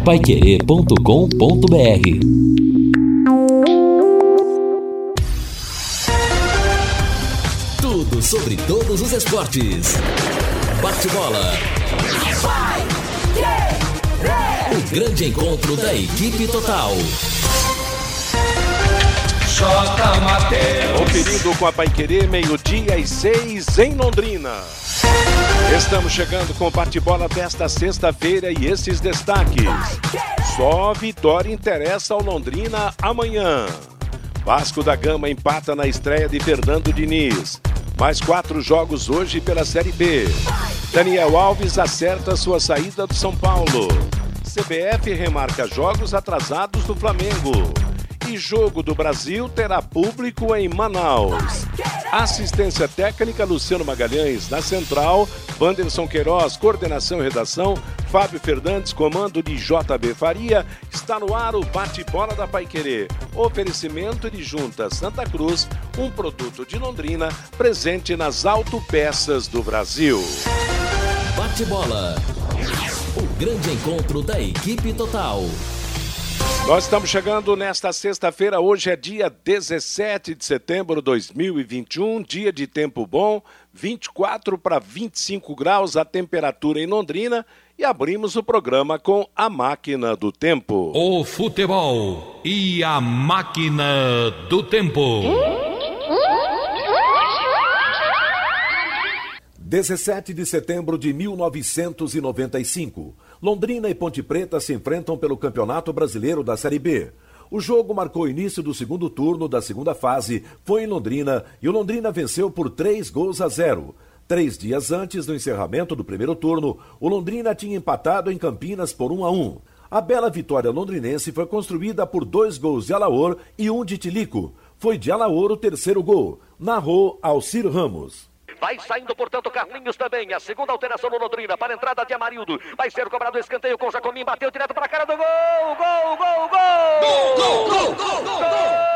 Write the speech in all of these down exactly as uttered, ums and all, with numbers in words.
paiquerê ponto com ponto br. Tudo sobre todos os esportes. Bate-bola. O grande encontro da equipe total. J. Mateus. Conferindo com a Paiquerê, meio-dia e seis em Londrina. Estamos chegando com o bate-bola desta sexta-feira e esses destaques. Só vitória interessa ao Londrina amanhã. Vasco da Gama empata na estreia de Fernando Diniz. Mais quatro jogos hoje pela Série B. Daniel Alves acerta sua saída do São Paulo. C B F remarca jogos atrasados do Flamengo. E jogo do Brasil terá público em Manaus. Assistência técnica Luciano Magalhães. Na central, Wanderson Queiroz, coordenação e redação, Fábio Fernandes, comando de J B Faria. Está no ar o bate-bola da Paiquerê. Oferecimento de Junta Santa Cruz, um produto de Londrina, presente nas autopeças do Brasil. Bate-bola. O grande encontro da equipe total. Nós estamos chegando nesta sexta-feira, hoje é dia dezessete de setembro de dois mil e vinte e um, dia de tempo bom, vinte e quatro para vinte e cinco graus a temperatura em Londrina, e abrimos o programa com a Máquina do Tempo. O futebol e a Máquina do Tempo. dezessete de setembro de mil novecentos e noventa e cinco. Londrina e Ponte Preta se enfrentam pelo Campeonato Brasileiro da Série B. O jogo marcou o início do segundo turno da segunda fase, foi em Londrina e o Londrina venceu por três gols a zero. Três dias antes do encerramento do primeiro turno, o Londrina tinha empatado em Campinas por um a um. A bela vitória londrinense foi construída por dois gols de Alaor e um de Tilico. Foi de Alaor o terceiro gol. Narrou Alcir Ramos. Vai saindo, portanto, Carlinhos também. A segunda alteração no Londrina para a entrada de Amarildo. Vai ser cobrado o escanteio com o Jacomim. Bateu direto para a cara do gol. Gol, gol, gol! Gol, gol, gol, gol, gol! gol!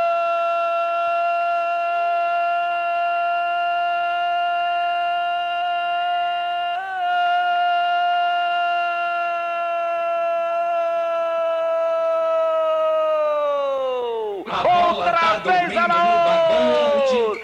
Outra vez, Alaor!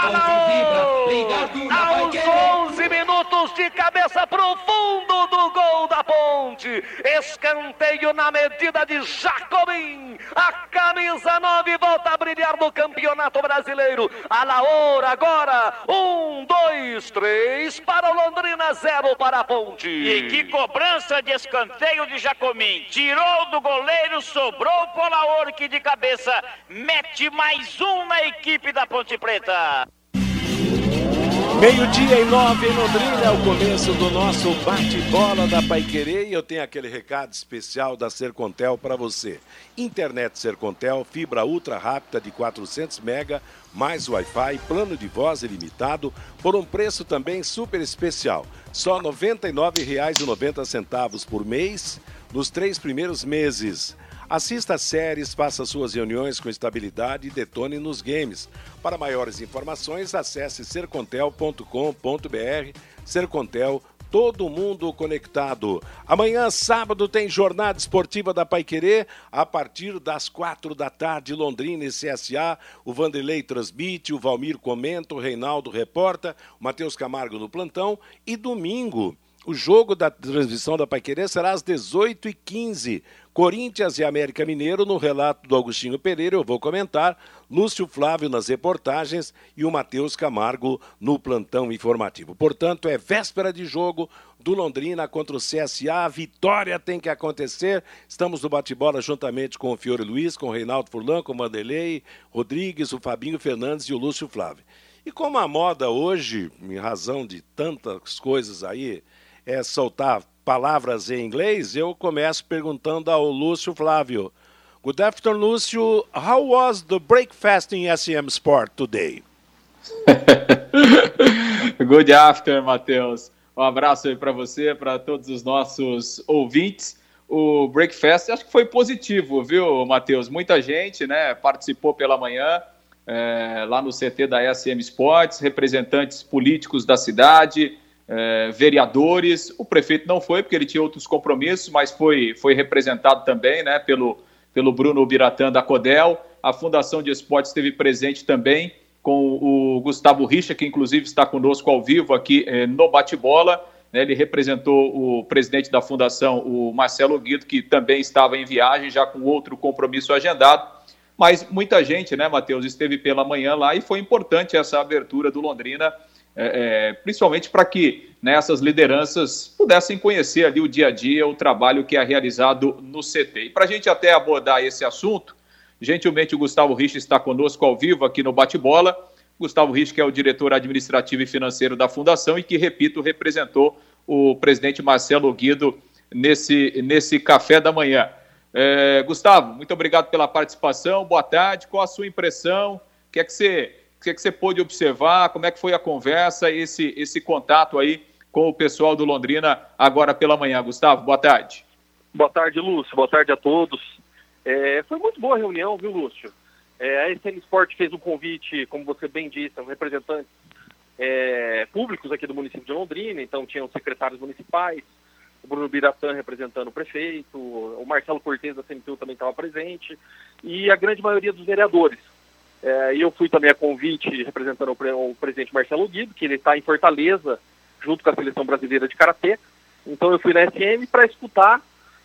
Aos onze minutos de cabeça pro fundo do gol da Ponte. Escanteio na medida de Jacomim. A camisa nove volta a brilhar no Campeonato Brasileiro. Alaor agora. Um, dois, três para o Londrina, zero para a Ponte. E que cobrança de escanteio de Jacomim. Tirou do goleiro, sobrou pro Alaor, que de cabeça mete mais um na equipe da Ponte Preta. Meio-dia e nove em Londrina, é o começo do nosso bate-bola da Paiquerê e eu tenho aquele recado especial da Sercontel para você. Internet Sercontel, fibra ultra rápida de quatrocentos mega, mais Wi-Fi, plano de voz ilimitado, por um preço também super especial. Só noventa e nove reais e noventa centavos por mês, nos três primeiros meses. Assista séries, faça suas reuniões com estabilidade e detone nos games. Para maiores informações, acesse sercontel ponto com ponto br. Sercontel, todo mundo conectado. Amanhã, sábado, tem jornada esportiva da Paiquerê, a partir das quatro da tarde, Londrina e C S A. O Vanderlei transmite, o Valmir comenta, o Reinaldo reporta, o Matheus Camargo no plantão. E domingo, o jogo da transmissão da Paiquerê será às dezoito e quinze. Corinthians e América Mineiro, no relato do Agostinho Pereira, eu vou comentar, Lúcio Flávio nas reportagens e o Matheus Camargo no plantão informativo. Portanto, é véspera de jogo do Londrina contra o C S A, a vitória tem que acontecer. Estamos no bate-bola juntamente com o Fiore Luiz, com o Reinaldo Furlan, com o Vanderlei Rodrigues, o Fabinho Fernandes e o Lúcio Flávio. E como a moda hoje, em razão de tantas coisas aí, é soltar palavras em inglês, eu começo perguntando ao Lúcio Flávio. Good afternoon, Lúcio. How was the breakfast in S M Sport today? Good afternoon, Matheus. Um abraço aí para você, para todos os nossos ouvintes. O breakfast acho que foi positivo, viu, Matheus? Muita gente, né, participou pela manhã é, lá no C T da S M Sports, representantes políticos da cidade, é, vereadores. O prefeito não foi, porque ele tinha outros compromissos, mas foi, foi representado também, né, pelo, pelo Bruno Biratã da Codel. A Fundação de Esportes esteve presente também, com o Gustavo Richa, que inclusive está conosco ao vivo aqui eh, no Bate-Bola. Né, ele representou o presidente da Fundação, o Marcelo Guido, que também estava em viagem, já com outro compromisso agendado. Mas muita gente, né, Matheus, esteve pela manhã lá e foi importante essa abertura do Londrina, é, é, principalmente para que, né, essas lideranças pudessem conhecer ali o dia a dia, o trabalho que é realizado no C T. E para a gente até abordar esse assunto, gentilmente o Gustavo Richa está conosco ao vivo aqui no Bate-Bola. Gustavo Richa, que é o diretor administrativo e financeiro da Fundação e que, repito, representou o presidente Marcelo Guido nesse, nesse café da manhã. É, Gustavo, muito obrigado pela participação, boa tarde, qual a sua impressão, o que é que você, o que é que você pôde observar, como é que foi a conversa, esse, esse contato aí com o pessoal do Londrina agora pela manhã. Gustavo, boa tarde. Boa tarde, Lúcio, boa tarde a todos. É, foi muito boa a reunião, viu, Lúcio? É, a S M Sport fez um convite, como você bem disse, aos representantes é, públicos aqui do município de Londrina, então tinham secretários municipais, o Bruno Biratã representando o prefeito, o Marcelo Cortez da C M P U também estava presente, e a grande maioria dos vereadores. É, eu fui também a convite representando o, o presidente Marcelo Guido, que ele está em Fortaleza, junto com a Seleção Brasileira de Karatê. Então eu fui na S M para escutar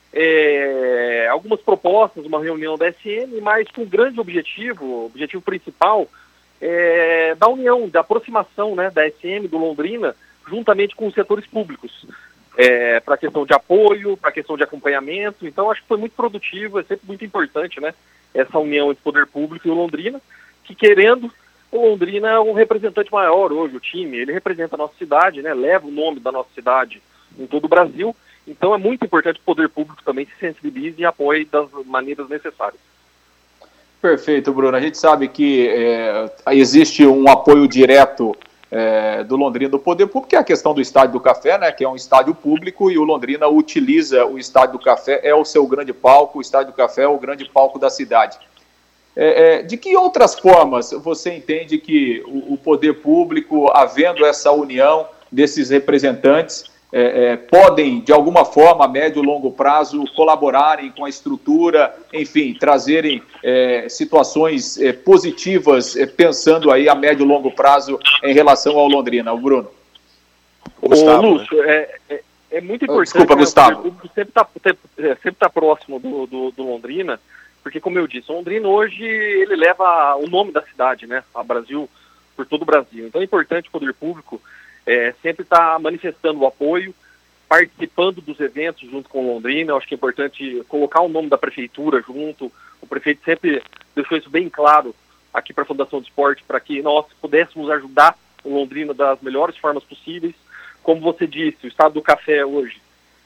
é, algumas propostas, uma reunião da S M, mas com um grande objetivo, o objetivo principal, é, da união, da aproximação, né, da S M, do Londrina, juntamente com os setores públicos. É, para a questão de apoio, para a questão de acompanhamento. Então acho que foi muito produtivo, é sempre muito importante, né, essa união entre o poder público e o Londrina, que querendo, o Londrina é um representante maior hoje, o time, ele representa a nossa cidade, né, leva o nome da nossa cidade em todo o Brasil, então é muito importante que o poder público também se sensibilize e apoie das maneiras necessárias. Perfeito, Bruno. A gente sabe que é, existe um apoio direto É, do Londrina, do poder público, que é a questão do Estádio do Café, né, que é um estádio público e o Londrina utiliza o Estádio do Café, é o seu grande palco, o Estádio do Café é o grande palco da cidade. É, é, de que outras formas você entende que o, o poder público, havendo essa união desses representantes, é, é, podem, de alguma forma, a médio e longo prazo, colaborarem com a estrutura, enfim, trazerem é, situações é, positivas, é, pensando aí a médio e longo prazo em relação ao Londrina, o Bruno? Gustavo, Ô, Lúcio, né? é, é, é muito importante... Desculpa, né, Gustavo. O público sempre está sempre tá próximo do, do, do Londrina, porque, como eu disse, o Londrina hoje ele leva o nome da cidade, né, a Brasil, por todo o Brasil. Então é importante o poder público É, sempre está manifestando o apoio, participando dos eventos junto com Londrina. Eu acho que é importante colocar o nome da prefeitura junto. O prefeito sempre deixou isso bem claro aqui para a Fundação de Esporte, para que nós pudéssemos ajudar o Londrina das melhores formas possíveis. Como você disse, o Estado do Café hoje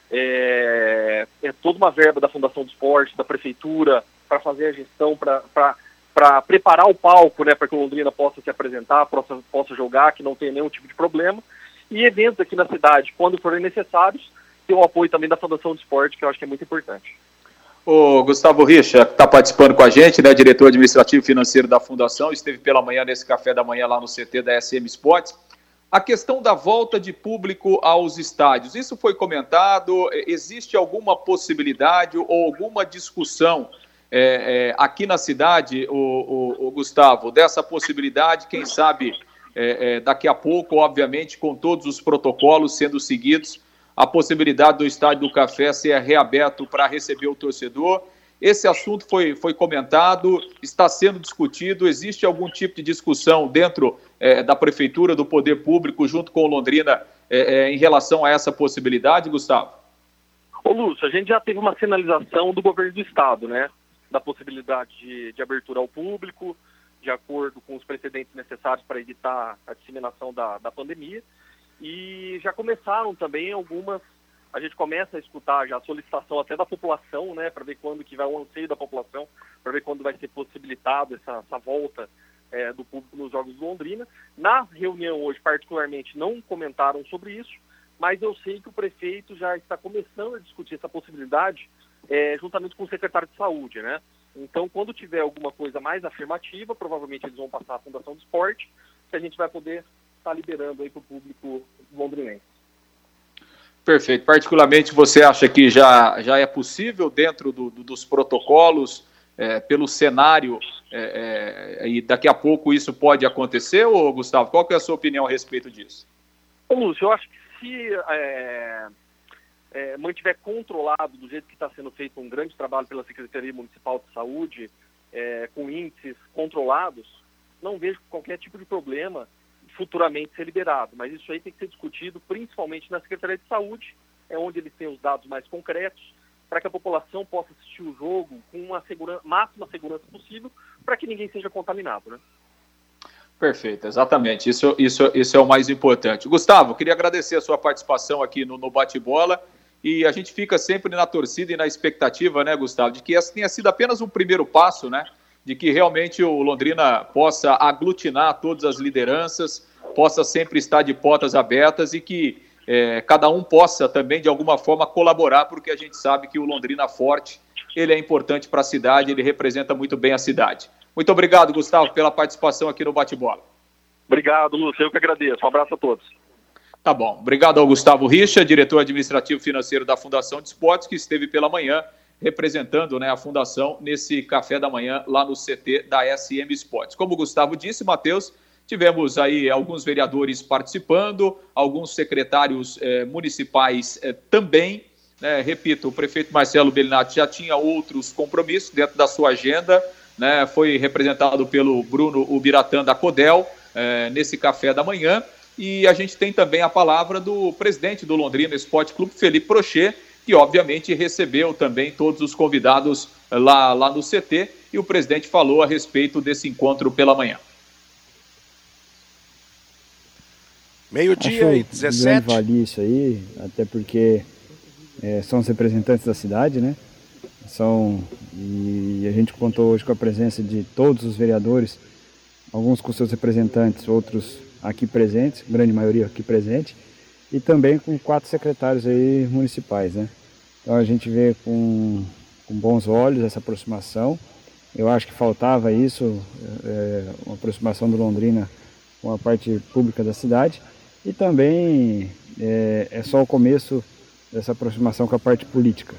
é, é toda uma verba da Fundação de Esporte, da prefeitura, para fazer a gestão, para... para preparar o palco, né, para que o Londrina possa se apresentar, possa, possa jogar, que não tenha nenhum tipo de problema. E eventos aqui na cidade, quando forem necessários, ter o apoio também da Fundação de Esporte, que eu acho que é muito importante. O Gustavo Richa, que está participando com a gente, né, diretor administrativo e financeiro da Fundação, esteve pela manhã nesse café da manhã lá no C T da S M Sports. A questão da volta de público aos estádios, isso foi comentado? Existe alguma possibilidade ou alguma discussão É, é, aqui na cidade, o, o, o Gustavo, dessa possibilidade, quem sabe é, é, daqui a pouco, obviamente, com todos os protocolos sendo seguidos, a possibilidade do Estádio do Café ser reaberto para receber o torcedor. Esse assunto foi, foi comentado, está sendo discutido, existe algum tipo de discussão dentro é, da Prefeitura, do Poder Público, junto com o Londrina, é, é, em relação a essa possibilidade, Gustavo? Ô Lúcio, a gente já teve uma sinalização do governo do Estado, né, da possibilidade de, de abertura ao público, de acordo com os precedentes necessários para evitar a disseminação da, da pandemia. E já começaram também algumas, a gente começa a escutar já a solicitação até da população, né, para ver quando que vai o anseio da população, para ver quando vai ser possibilitado essa, essa volta é, do público nos Jogos de Londrina. Na reunião hoje, particularmente, não comentaram sobre isso, mas eu sei que o prefeito já está começando a discutir essa possibilidade É, juntamente com o secretário de Saúde, né? Então, quando tiver alguma coisa mais afirmativa, provavelmente eles vão passar à Fundação do Esporte, que a gente vai poder estar tá liberando aí para o público londrinense. Perfeito. Particularmente, você acha que já, já é possível, dentro do, do, dos protocolos, é, pelo cenário, é, é, e daqui a pouco isso pode acontecer, ou, Gustavo, qual que é a sua opinião a respeito disso? Ô, Lúcio, eu acho que se é, é, mantiver controlado do jeito que está sendo feito um grande trabalho pela Secretaria Municipal de Saúde, é, com índices controlados, não vejo qualquer tipo de problema futuramente ser liberado, mas isso aí tem que ser discutido principalmente na Secretaria de Saúde, é onde eles têm os dados mais concretos, para que a população possa assistir o jogo com uma segurança, máxima segurança possível, para que ninguém seja contaminado, né? Perfeito, exatamente, isso, isso, isso é o mais importante. Gustavo, queria agradecer a sua participação aqui no, no Bate-Bola, e a gente fica sempre na torcida e na expectativa, né, Gustavo, de que essa tenha sido apenas um primeiro passo, né, de que realmente o Londrina possa aglutinar todas as lideranças, possa sempre estar de portas abertas e que é, cada um possa também, de alguma forma, colaborar, porque a gente sabe que o Londrina forte, ele é importante para a cidade, ele representa muito bem a cidade. Muito obrigado, Gustavo, pela participação aqui no Bate-Bola. Obrigado, Lúcio, eu que agradeço. Um abraço a todos. Tá bom. Obrigado ao Gustavo Richa, diretor administrativo financeiro da Fundação de Esportes, que esteve pela manhã representando, né, a Fundação nesse café da manhã lá no C T da S M Sports. Como o Gustavo disse, Matheus, tivemos aí alguns vereadores participando, alguns secretários eh, municipais eh, também. Né, repito, o prefeito Marcelo Bellinati já tinha outros compromissos dentro da sua agenda, né, foi representado pelo Bruno Ubiratã da Codel eh, nesse café da manhã. E a gente tem também a palavra do presidente do Londrina Esporte Clube, Felipe Prochet, que obviamente recebeu também todos os convidados lá, lá no C T, e o presidente falou a respeito desse encontro pela manhã. Meio-dia e dezessete. Valia isso aí, até porque é, são os representantes da cidade, né? São, e a gente contou hoje com a presença de todos os vereadores, alguns com seus representantes, outros aqui presentes, grande maioria aqui presente, e também com quatro secretários aí municipais, né? Então a gente vê com, com bons olhos essa aproximação. Eu acho que faltava isso, é, uma aproximação do Londrina com a parte pública da cidade, e também é, é só o começo dessa aproximação com a parte política.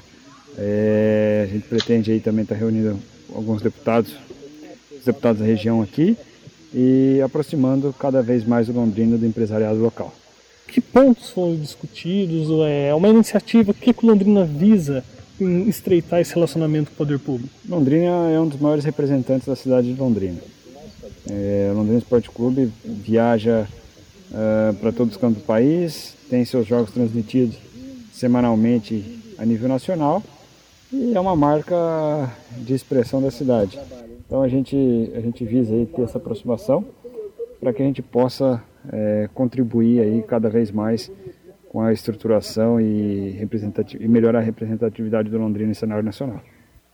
É, a gente pretende aí também estar reunindo alguns deputados, os deputados da região aqui, e aproximando cada vez mais o Londrina do empresariado local. Que pontos foram discutidos? É uma iniciativa, o que o Londrina visa em estreitar esse relacionamento com o poder público? Londrina é um dos maiores representantes da cidade de Londrina. É, o Londrina Esporte Clube viaja uh, para todos os cantos do país, tem seus jogos transmitidos semanalmente a nível nacional e é uma marca de expressão da cidade. Então a gente, a gente visa aí ter essa aproximação para que a gente possa é, contribuir aí cada vez mais com a estruturação e, representativ- e melhorar a representatividade do Londrina em cenário nacional.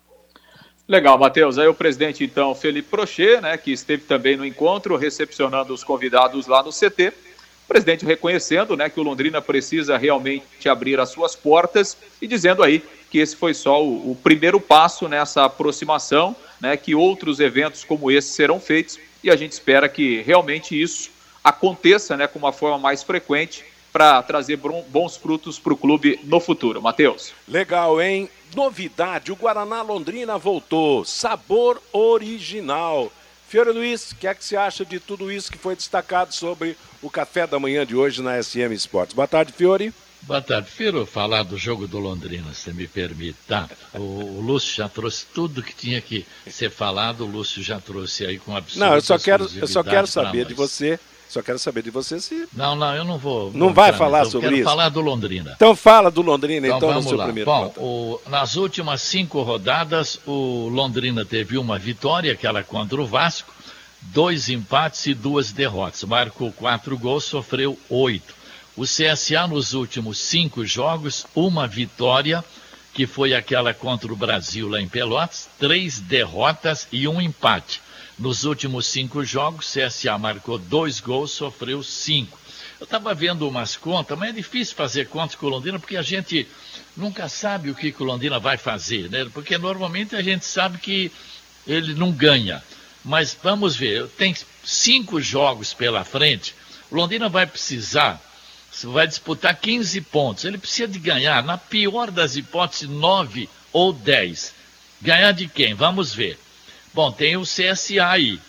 Legal, Matheus. Aí o presidente, então, Felipe Prochet, né, que esteve também no encontro, recepcionando os convidados lá no C T. O presidente reconhecendo, né, que o Londrina precisa realmente abrir as suas portas e dizendo aí que esse foi só o, o primeiro passo nessa aproximação, né, que outros eventos como esse serão feitos e a gente espera que realmente isso aconteça, né, com uma forma mais frequente para trazer bons frutos para o clube no futuro. Matheus. Legal, hein? Novidade, o Guaraná Londrina voltou, sabor original. Fiore Luiz, o que é que você acha de tudo isso que foi destacado sobre o café da manhã de hoje na S M Sports? Boa tarde, Fiore. Boa tarde. Prefiro falar do jogo do Londrina, se me permite, tá? O, o Lúcio já trouxe tudo que tinha que ser falado, o Lúcio já trouxe aí com absoluta Não, eu só quero, eu só quero exclusividade saber de você, só quero saber de você se... Não, não, eu não vou... Não vou vai entrar falar nisso. sobre eu quero isso? falar do Londrina. Então fala do Londrina, então, então no vamos seu lá. primeiro Bom, ponto. o, nas últimas cinco rodadas, o Londrina teve uma vitória, aquela contra o Vasco, dois empates e duas derrotas. Marcou quatro gols, sofreu oito. O C S A nos últimos cinco jogos, uma vitória, que foi aquela contra o Brasil lá em Pelotas, três derrotas e um empate. Nos últimos cinco jogos, o C S A marcou dois gols, sofreu cinco. Eu estava vendo umas contas, mas é difícil fazer contas com o Londrina, porque a gente nunca sabe o que, que o Londrina vai fazer, né? Porque normalmente a gente sabe que ele não ganha. Mas vamos ver, tem cinco jogos pela frente, o Londrina vai precisar, vai disputar quinze pontos. Ele precisa de ganhar, na pior das hipóteses, nove ou dez. Ganhar de quem? Vamos ver. Bom, tem o C S A aí.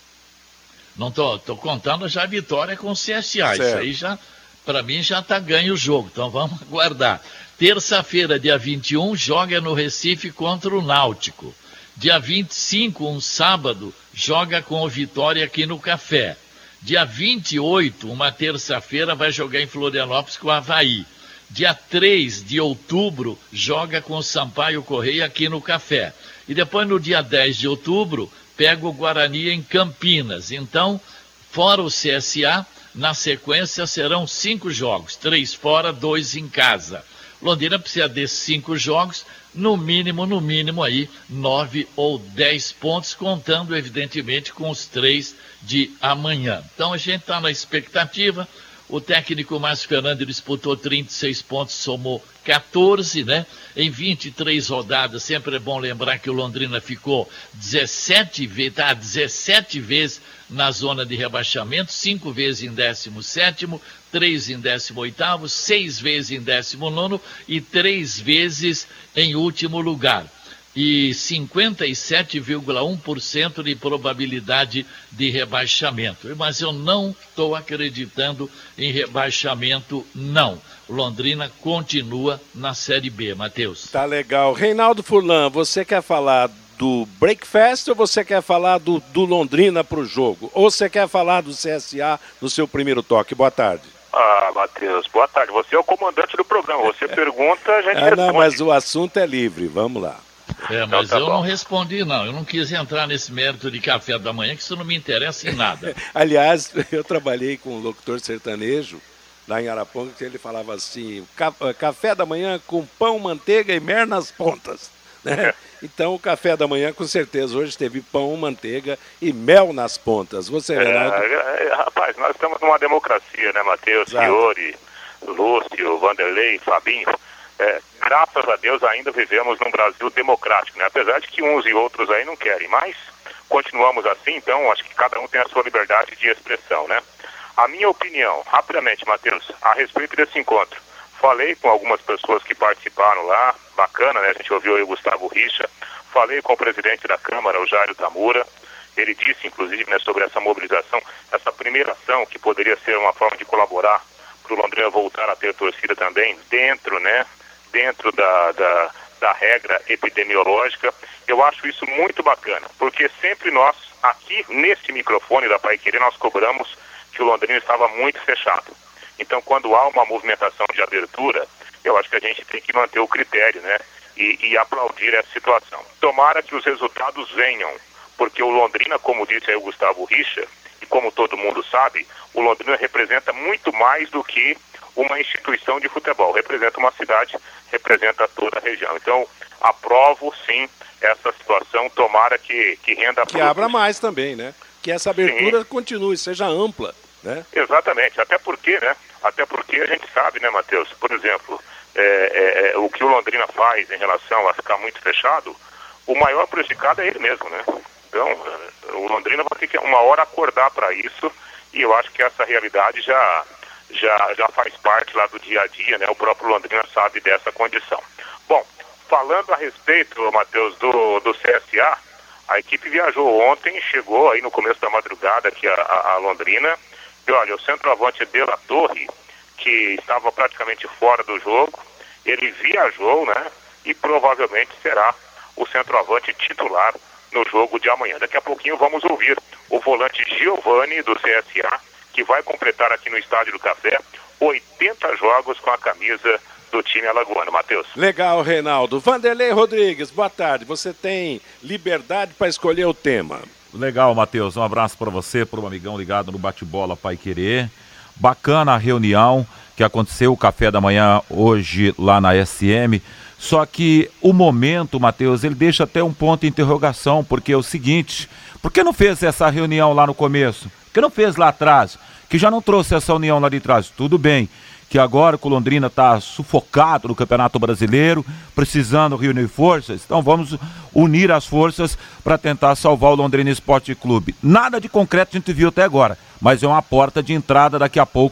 Não tô, tô contando já a vitória com o C S A. Certo. Isso aí já, para mim, já tá ganho o jogo. Então vamos aguardar. Terça-feira, dia vinte e um, joga no Recife contra o Náutico. Dia vinte e cinco, um sábado, joga com o Vitória aqui no Café. Dia vinte e oito, uma terça-feira, vai jogar em Florianópolis com o Avaí. Dia três de outubro, joga com o Sampaio Correia aqui no Café. E depois, no dia dez de outubro, pega o Guarani em Campinas. Então, fora o C S A, na sequência serão cinco jogos. Três fora, dois em casa. Londrina precisa desses cinco jogos, no mínimo, no mínimo aí, nove ou dez pontos, contando, evidentemente, com os três de amanhã. Então, a gente está na expectativa. O técnico Márcio Fernandes disputou trinta e seis pontos, somou quatorze, né? Em vinte e três rodadas, sempre é bom lembrar que o Londrina ficou dezessete, tá, dezessete vezes na zona de rebaixamento, cinco vezes em décimo sétimo, três em décimo oitavo, seis vezes em décimo nono e três vezes em último lugar. E cinquenta e sete vírgula um por cento de probabilidade de rebaixamento. Mas eu não estou acreditando em rebaixamento, não. Londrina continua na Série B, Matheus. Tá legal. Reinaldo Furlan, você quer falar do Breakfast ou você quer falar do, do Londrina para o jogo? Ou você quer falar do C S A no seu primeiro toque? Boa tarde. Ah, Matheus, boa tarde. Você é o comandante do programa. Você pergunta, a gente ah, responde. Não, mas o assunto é livre. Vamos lá. É, mas então, tá eu bom. Não respondi, não. Eu não quis entrar nesse mérito de café da manhã, que isso não me interessa em nada. Aliás, eu trabalhei com um locutor sertanejo lá em Araponga, que ele falava assim, café da manhã com pão, manteiga e mer nas pontas. Né? Então, o café da manhã, com certeza, hoje teve pão, manteiga e mel nas pontas. Você, Reinaldo? É, é, rapaz, nós estamos numa democracia, né, Matheus? Fiore, Lúcio, Vanderlei, Fabinho. É, graças a Deus ainda vivemos num Brasil democrático, né? Apesar de que uns e outros aí não querem, mas continuamos assim, então acho que cada um tem a sua liberdade de expressão, né? A minha opinião, rapidamente, Matheus, a respeito desse encontro. Falei com algumas pessoas que participaram lá, bacana, né? A gente ouviu aí o Gustavo Richa, falei com o presidente da Câmara, o Jairo Tamura, ele disse, inclusive, né, sobre essa mobilização, essa primeira ação que poderia ser uma forma de colaborar para o Londrina voltar a ter torcida também, dentro, né? dentro da, da, da regra epidemiológica. Eu acho isso muito bacana, porque sempre nós, aqui nesse microfone da Paiquerê, nós cobramos que o Londrina estava muito fechado. Então, quando há uma movimentação de abertura, eu acho que a gente tem que manter o critério, né? E, e aplaudir essa situação. Tomara que os resultados venham, porque o Londrina, como disse aí o Gustavo Richa, e como todo mundo sabe, o Londrina representa muito mais do que uma instituição de futebol, representa uma cidade, representa toda a região. Então, aprovo sim essa situação, tomara que, que renda... Que abra mais também, né? Que essa abertura sim. continue, seja ampla, né? Exatamente, até porque, né? Até porque a gente sabe, né, Matheus, por exemplo, é, é, o que o Londrina faz em relação a ficar muito fechado, o maior prejudicado é ele mesmo, né? Então, o Londrina vai ter que uma hora acordar para isso, e eu acho que essa realidade já... Já, já faz parte lá do dia a dia, né? O próprio Londrina sabe dessa condição. Bom, falando a respeito, Matheus, do, do C S A, a equipe viajou ontem, chegou aí no começo da madrugada aqui a, a, a Londrina, e olha, o centroavante De La Torre, que estava praticamente fora do jogo, ele viajou, né? E provavelmente será o centroavante titular no jogo de amanhã. Daqui a pouquinho vamos ouvir o volante Giovani do C S A, que vai completar aqui no Estádio do Café oitenta jogos com a camisa do time alagoano. Matheus. Legal, Reinaldo. Vanderlei Rodrigues, boa tarde. Você tem liberdade para escolher o tema. Legal, Matheus. Um abraço para você, para o amigão ligado no Bate-Bola Paiquerê. Bacana a reunião que aconteceu, o café da manhã hoje lá na S M. Só que o momento, Matheus, ele deixa até um ponto de interrogação, porque é o seguinte, por que não fez essa reunião lá no começo? Por que não fez lá atrás? Que já não trouxe essa união lá de trás? Tudo bem, que agora que o Londrina está sufocado no Campeonato Brasileiro, precisando reunir forças, então vamos unir as forças para tentar salvar o Londrina Esporte Clube. Nada de concreto a gente viu até agora, mas é uma porta de entrada daqui a pouco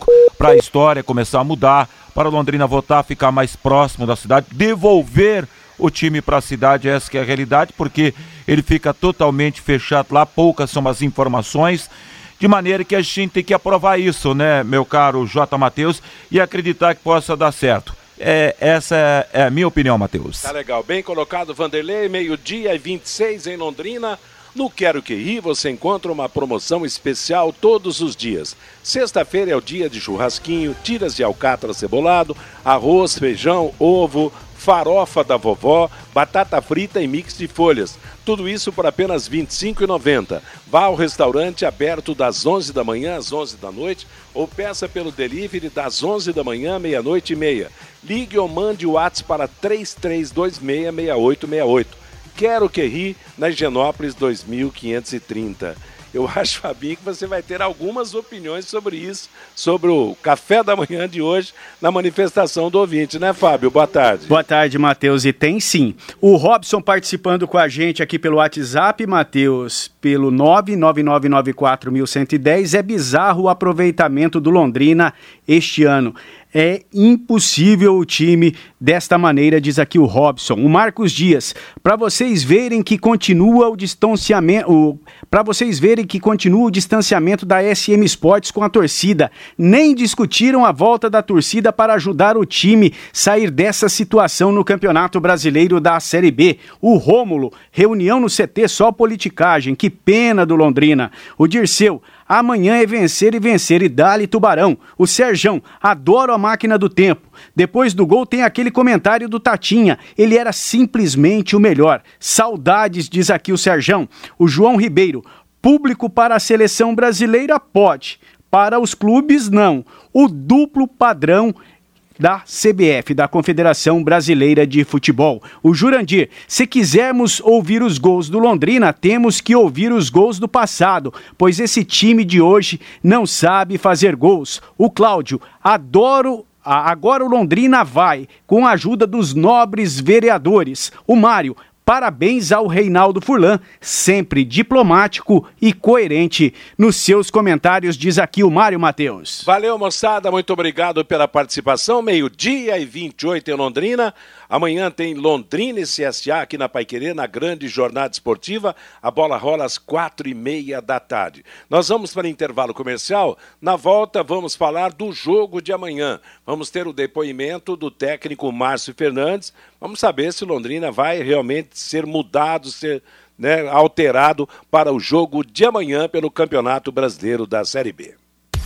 para a história começar a mudar, para Londrina voltar, ficar mais próximo da cidade, devolver o time para a cidade, essa que é a realidade, porque ele fica totalmente fechado lá, poucas são as informações, de maneira que a gente tem que aprovar isso, né, meu caro J. Matheus, e acreditar que possa dar certo. É, essa é a minha opinião, Matheus. Tá legal, bem colocado, Vanderlei, meio-dia e vinte e seis em Londrina. No Quero Que Ri você encontra uma promoção especial todos os dias. Sexta-feira é o dia de churrasquinho, tiras de alcatra cebolado, arroz, feijão, ovo, farofa da vovó, batata frita e mix de folhas. Tudo isso por apenas vinte e cinco reais e noventa centavos. Vá ao restaurante aberto das onze da manhã às onze da noite ou peça pelo delivery das onze da manhã à meia-noite e meia. Ligue ou mande o WhatsApp para três três dois seis, seis oito seis oito. Quero Que Ri, na Higienópolis dois mil quinhentos e trinta. Eu acho, Fabinho, que você vai ter algumas opiniões sobre isso, sobre o café da manhã de hoje, na manifestação do ouvinte, né, Fábio? Boa tarde. Boa tarde, Matheus. E tem sim. O Robson participando com a gente aqui pelo WhatsApp, Matheus, pelo nove nove nove nove quatro um um zero. É bizarro o aproveitamento do Londrina este ano. É impossível o time desta maneira, diz aqui o Robson. O Marcos Dias, para vocês verem que continua o distanciamento, para vocês verem que continua o distanciamento da S M Sports com a torcida. Nem discutiram a volta da torcida para ajudar o time sair dessa situação no Campeonato Brasileiro da Série B. O Rômulo, reunião no C T, só politicagem. Que pena do Londrina. O Dirceu, amanhã é vencer e vencer e dá-lhe Tubarão. O Serjão, adoro a máquina do tempo. Depois do gol tem aquele comentário do Tatinha. Ele era simplesmente o melhor. Saudades, diz aqui o Serjão. O João Ribeiro, público para a seleção brasileira pode. Para os clubes, não. O duplo padrão da C B F, da Confederação Brasileira de Futebol. O Jurandir, se quisermos ouvir os gols do Londrina, temos que ouvir os gols do passado, pois esse time de hoje não sabe fazer gols. O Cláudio, adoro... Agora o Londrina vai, com a ajuda dos nobres vereadores. O Mário, parabéns ao Reinaldo Furlan, sempre diplomático e coerente nos seus comentários, diz aqui o Mário Matheus. Valeu, moçada, muito obrigado pela participação. Meio-dia e vinte e oito em Londrina. Amanhã tem Londrina e C S A aqui na Paiquerê, na grande jornada esportiva. A bola rola às quatro e meia da tarde. Nós vamos para intervalo comercial. Na volta, vamos falar do jogo de amanhã. Vamos ter o depoimento do técnico Márcio Fernandes. Vamos saber se Londrina vai realmente ser mudado, ser, né, alterado para o jogo de amanhã pelo Campeonato Brasileiro da Série B.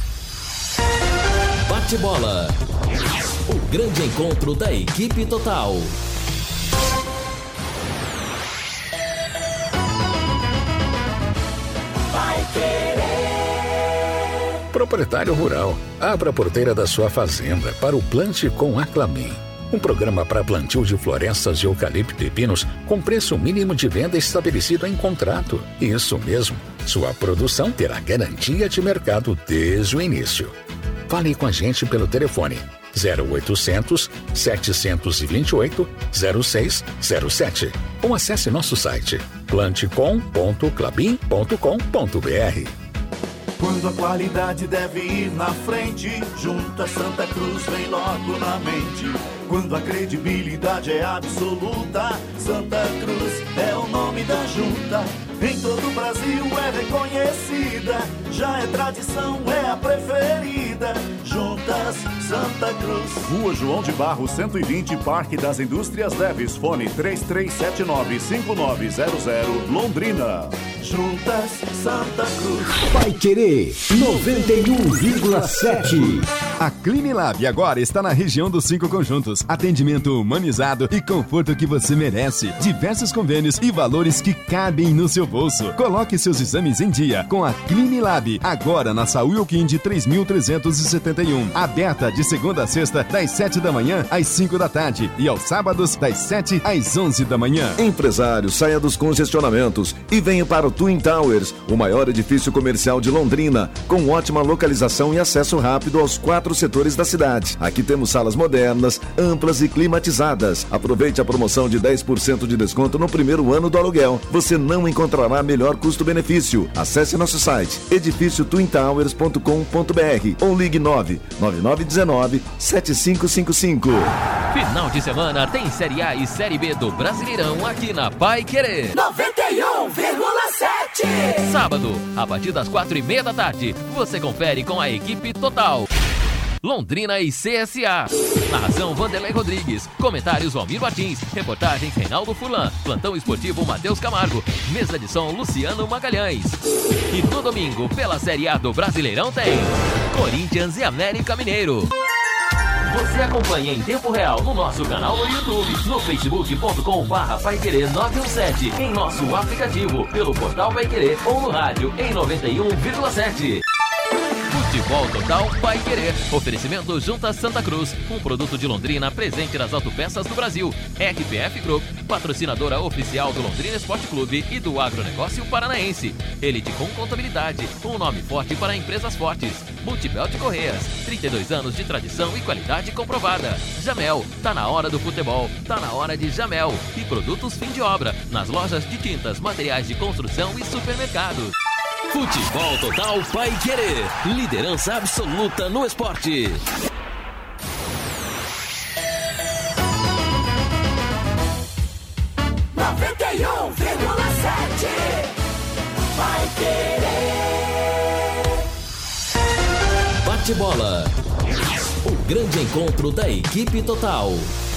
Bate-bola. O grande encontro da equipe total. Proprietário rural, abra a porteira da sua fazenda para o Plante com a Clabin. Um programa para plantio de florestas de eucalipto e pinos com preço mínimo de venda estabelecido em contrato. Isso mesmo, sua produção terá garantia de mercado desde o início. Fale com a gente pelo telefone zero oitocentos, setecentos e vinte e oito, zero seis zero sete ou acesse nosso site plantecom ponto clabin ponto com ponto br. Quando a qualidade deve ir na frente, junto a Santa Cruz vem logo na mente. Quando a credibilidade é absoluta, Santa Cruz é o nome da junta. Em todo o Brasil é reconhecida, já é tradição, é a preferida. Juntas Santa Cruz. Rua João de Barro, cento e vinte, Parque das Indústrias Leves. Fone três três sete nove, cinco nove zero zero, Londrina. Juntas Santa Cruz. Paiquerê noventa e um vírgula sete. A Clinilab agora está na região dos Cinco Conjuntos. Atendimento humanizado e conforto que você merece. Diversos convênios e valores que cabem no seu bolso. Coloque seus exames em dia com a Clinilab. Agora na Saúl Quinde três mil trezentos e setenta e um. Aberta de segunda a sexta, das sete da manhã às cinco da tarde. E aos sábados, das sete às onze da manhã. Empresário, saia dos congestionamentos e venha para o Twin Towers, o maior edifício comercial de Londrina, com ótima localização e acesso rápido aos quatro quatro setores da cidade. Aqui temos salas modernas, amplas e climatizadas. Aproveite a promoção de dez por cento de desconto no primeiro ano do aluguel. Você não encontrará melhor custo-benefício. Acesse nosso site edifício twin towers ponto com ponto b r ou ligue nove nove nove um nove sete cinco cinco cinco. Final de semana tem Série A e Série B do Brasileirão aqui na Paiquerê noventa e um vírgula sete. Sábado, a partir das quatro e meia da tarde, você confere com a equipe total. Londrina e C S A. Narração Vanderlei Rodrigues. Comentários Almir Martins. Reportagens Reinaldo Furlan. Plantão esportivo Matheus Camargo. Mesa de som Luciano Magalhães. E no domingo, pela Série A do Brasileirão tem Corinthians e América Mineiro. Você acompanha em tempo real no nosso canal no YouTube, no facebook ponto com barra paiquerê nove um sete, em nosso aplicativo, pelo portal Paiquerê ou no rádio em noventa e um vírgula sete. Futebol Total Paiquerê. Oferecimento Junta Santa Cruz, um produto de Londrina presente nas autopeças do Brasil. R P F Group, patrocinadora oficial do Londrina Esporte Clube e do agronegócio paranaense. Elite com Contabilidade, um nome forte para empresas fortes. Multibelt Correias, trinta e dois anos de tradição e qualidade comprovada. Jamel, tá na hora do futebol, tá na hora de Jamel. E produtos fim de obra, nas lojas de tintas, materiais de construção e supermercados. Futebol Total Paiquerê, liderança absoluta no esporte. noventa e um vírgula sete. Paiquerê. Bate-bola. O grande encontro da equipe total.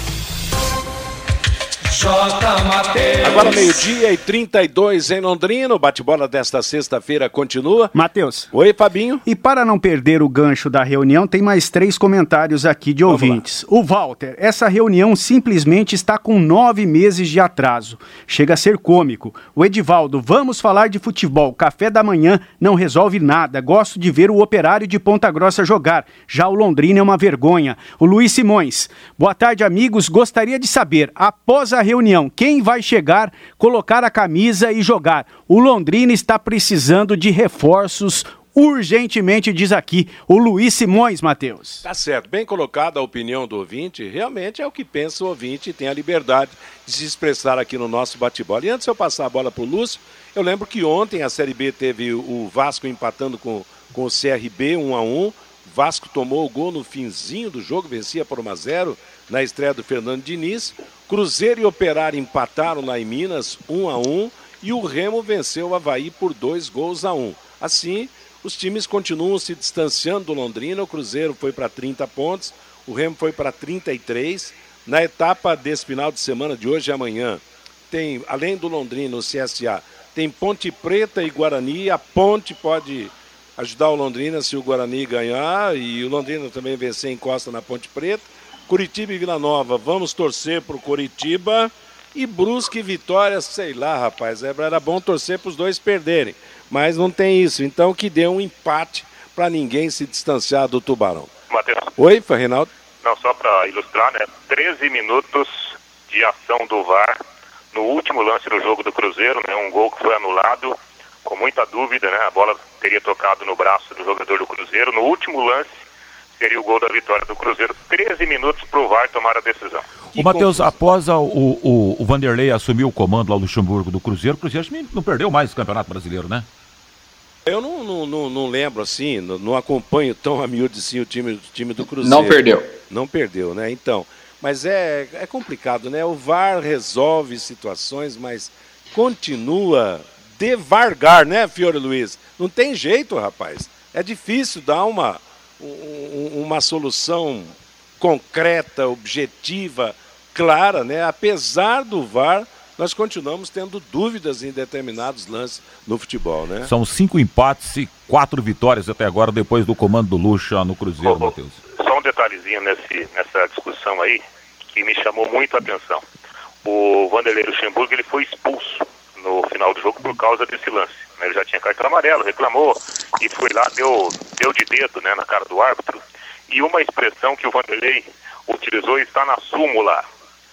Agora meio-dia e trinta e dois em Londrina, o bate-bola desta sexta-feira continua. Matheus. Oi, Fabinho. E para não perder o gancho da reunião, tem mais três comentários aqui de Vamos ouvintes. Lá. O Walter, essa reunião simplesmente está com nove meses de atraso. Chega a ser cômico. O Edivaldo, vamos falar de futebol. Café da manhã não resolve nada. Gosto de ver o Operário de Ponta Grossa jogar. Já o Londrina é uma vergonha. O Luiz Simões, boa tarde, amigos. Gostaria de saber, após a reunião, quem vai chegar, colocar a camisa e jogar? O Londrina está precisando de reforços urgentemente, diz aqui o Luiz Simões, Matheus. Tá certo, bem colocada a opinião do ouvinte, realmente é o que pensa o ouvinte e tem a liberdade de se expressar aqui no nosso bate-bola. E antes de eu passar a bola para o Lúcio, eu lembro que ontem a Série B teve o Vasco empatando com, com o C R B um a um, Vasco tomou o gol no finzinho do jogo, vencia por um a zero na estreia do Fernando Diniz. Cruzeiro e Operário empataram lá em Minas um a um e o Remo venceu o Avaí por dois gols a um. Assim, os times continuam se distanciando do Londrina. O Cruzeiro foi para trinta pontos, o Remo foi para trinta e três. Na etapa desse final de semana de hoje e amanhã, tem, além do Londrina, o C S A, tem Ponte Preta e Guarani. A Ponte pode ajudar o Londrina se o Guarani ganhar e o Londrina também vencer, encosta na Ponte Preta. Curitiba e Vila Nova, vamos torcer pro Curitiba. E Brusque e Vitória, sei lá, rapaz, era bom torcer para os dois perderem, mas não tem isso. Então que dê um empate para ninguém se distanciar do Tubarão. Matheus. Oi, Reinaldo. Não, só para ilustrar, né? treze minutos de ação do V A R no último lance do jogo do Cruzeiro, né? Um gol que foi anulado, com muita dúvida, né? A bola teria tocado no braço do jogador do Cruzeiro. No último lance, seria o gol da vitória do Cruzeiro. treze minutos para o V A R tomar a decisão. O Matheus, após a, o, o, o Vanderlei assumir o comando lá no Luxemburgo do Cruzeiro, o Cruzeiro não perdeu mais o Campeonato Brasileiro, né? Eu não, não, não, não lembro assim, não, não acompanho tão a miúdo assim o time, o time do Cruzeiro. Não perdeu. Não perdeu, né? Então, mas é, é complicado, né? O V A R resolve situações, mas continua devagar, né, Fiore Luiz? Não tem jeito, rapaz. É difícil dar uma, um, uma solução concreta, objetiva, clara, né? Apesar do V A R, nós continuamos tendo dúvidas em determinados lances no futebol, né? São cinco empates e quatro vitórias até agora, depois do comando do Lucha no Cruzeiro, oh, Matheus. Só um detalhezinho nesse, nessa discussão aí, que me chamou muito a atenção. O Vanderlei Luxemburgo, ele foi expulso no final do jogo por causa desse lance. Ele já tinha cartão amarelo, reclamou, e foi lá, deu, deu de dedo, né, na cara do árbitro. E uma expressão que o Vanderlei utilizou está na súmula.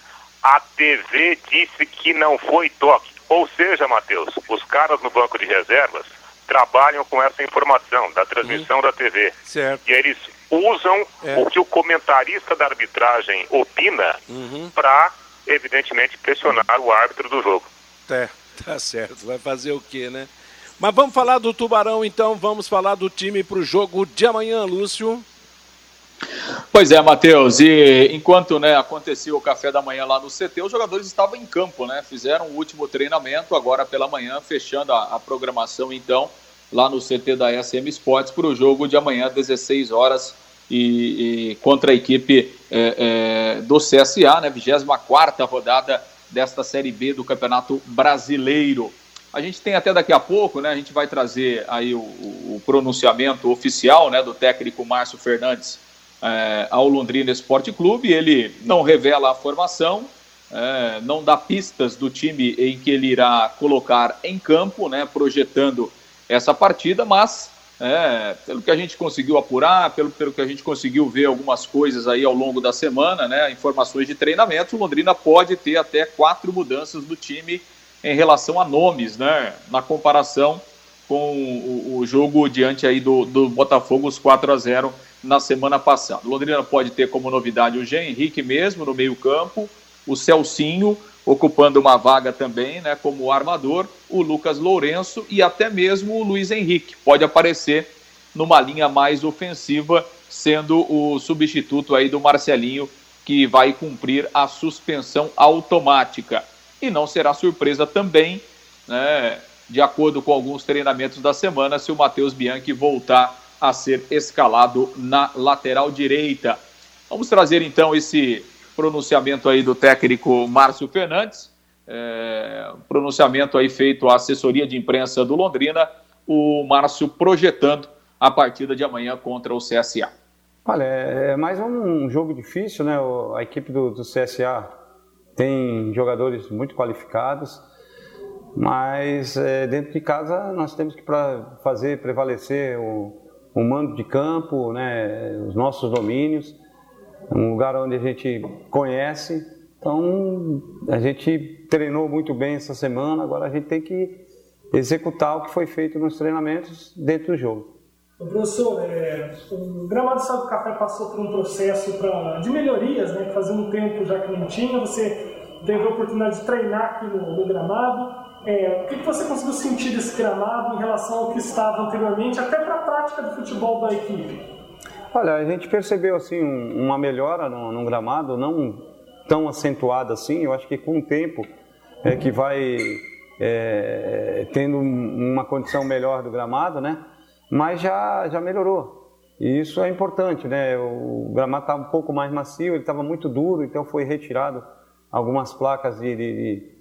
A T V disse que não foi toque. Ou seja, Matheus, os caras no banco de reservas trabalham com essa informação da transmissão hum. da T V. Certo. E eles, usam É. o que o comentarista da arbitragem opina Uhum. para, evidentemente, pressionar o árbitro do jogo. É, tá certo. Vai fazer o quê, né? Mas vamos falar do Tubarão, então. Vamos falar do time para o jogo de amanhã, Lúcio. Pois é, Matheus, e enquanto, né, aconteceu o café da manhã lá no C T, os jogadores estavam em campo, né, fizeram o último treinamento agora pela manhã, fechando a, a programação, então, lá no C T da S M Sports para o jogo de amanhã, dezesseis horas, e, e contra a equipe é, é, do C S A, né, vigésima quarta rodada desta Série B do Campeonato Brasileiro. A gente tem até daqui a pouco, né, a gente vai trazer aí o, o pronunciamento oficial, né, do técnico Márcio Fernandes, É, ao Londrina Esporte Clube. Ele não revela a formação, é, não dá pistas do time em que ele irá colocar em campo, né, projetando essa partida, mas é, pelo que a gente conseguiu apurar, pelo, pelo que a gente conseguiu ver algumas coisas aí ao longo da semana, né, informações de treinamento, o Londrina pode ter até quatro mudanças do time em relação a nomes, né, na comparação com o, o jogo diante aí do, do Botafogo, os quatro a zero na semana passada. O Londrina pode ter como novidade o Jean Henrique mesmo no meio campo, o Celcinho ocupando uma vaga também, né, como armador, o Lucas Lourenço e até mesmo o Luiz Henrique pode aparecer numa linha mais ofensiva, sendo o substituto aí do Marcelinho, que vai cumprir a suspensão automática. E não será surpresa também, né, de acordo com alguns treinamentos da semana, se o Matheus Bianchi voltar a ser escalado na lateral direita. Vamos trazer então esse pronunciamento aí do técnico Márcio Fernandes, é, pronunciamento aí feito à assessoria de imprensa do Londrina, o Márcio projetando a partida de amanhã contra o C S A. Olha, é mais um jogo difícil, né? A equipe do, do C S A tem jogadores muito qualificados, mas é, dentro de casa nós temos que pra fazer prevalecer o o mando de campo, né, os nossos domínios, um lugar onde a gente conhece. Então, a gente treinou muito bem essa semana, agora a gente tem que executar o que foi feito nos treinamentos dentro do jogo. Professor, é, o Gramado Sal do Café passou por um processo pra, de melhorias, né, fazia um tempo já que não tinha, você teve a oportunidade de treinar aqui no, no gramado. É, o que você conseguiu sentir desse gramado em relação ao que estava anteriormente, até para a prática do futebol da equipe? Olha, a gente percebeu assim, um, uma melhora no, no gramado, não tão acentuada assim. Eu acho que com o tempo é que vai é, tendo uma condição melhor do gramado, né? Mas já, já melhorou. E isso é importante, né? O gramado estava um pouco mais macio, ele estava muito duro, então foi retirado algumas placas de... de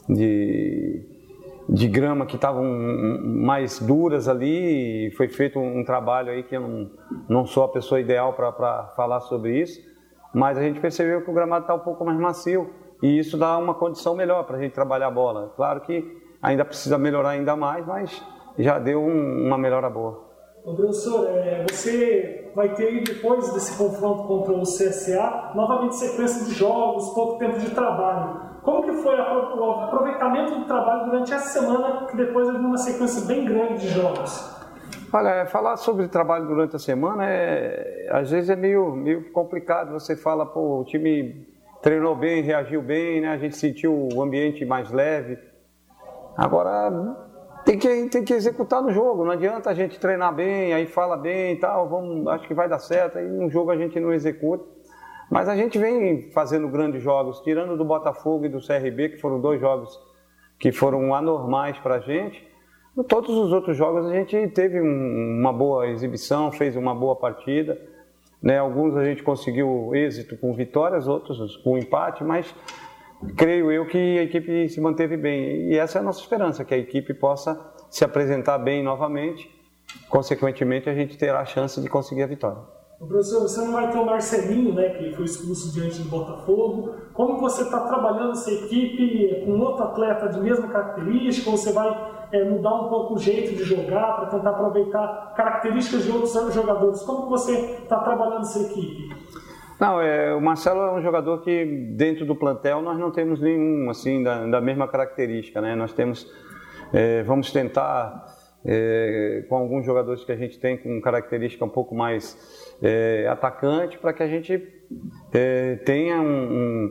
De, de grama que estavam mais duras ali, e foi feito um, um trabalho aí que eu não, não sou a pessoa ideal para falar sobre isso, mas a gente percebeu que o gramado está um pouco mais macio e isso dá uma condição melhor para a gente trabalhar a bola. Claro que ainda precisa melhorar ainda mais, mas já deu um, uma melhora boa. Ô, professor, é, você vai ter depois desse confronto contra o C S A, novamente sequência de jogos, pouco tempo de trabalho. Como que foi o aproveitamento do trabalho durante essa semana, que depois houve uma sequência bem grande de jogos? Olha, falar sobre trabalho durante a semana, é, às vezes é meio, meio complicado. Você fala, pô, o time treinou bem, reagiu bem, né? A gente sentiu o ambiente mais leve. Agora, tem que, tem que executar no jogo, não adianta a gente treinar bem, aí fala bem e tal, vamos, acho que vai dar certo, aí no jogo a gente não executa. Mas a gente vem fazendo grandes jogos, tirando do Botafogo e do C R B, que foram dois jogos que foram anormais para a gente. Em todos os outros jogos a gente teve um, uma boa exibição, fez uma boa partida, né? Alguns a gente conseguiu êxito com vitórias, outros com empate, mas creio eu que a equipe se manteve bem. E essa é a nossa esperança, que a equipe possa se apresentar bem novamente. Consequentemente, a gente terá a chance de conseguir a vitória. Professor, você não vai ter o Marcelinho, né, que foi expulso diante do Botafogo. Como você está trabalhando essa equipe com outro atleta de mesma característica? Ou você vai é, mudar um pouco o jeito de jogar para tentar aproveitar características de outros jogadores? Como você está trabalhando essa equipe? Não, é, o Marcelo é um jogador que dentro do plantel nós não temos nenhum assim da, da mesma característica, né? Nós temos, é, vamos tentar é, com alguns jogadores que a gente tem com característica um pouco mais é, atacante, para que a gente é, tenha um,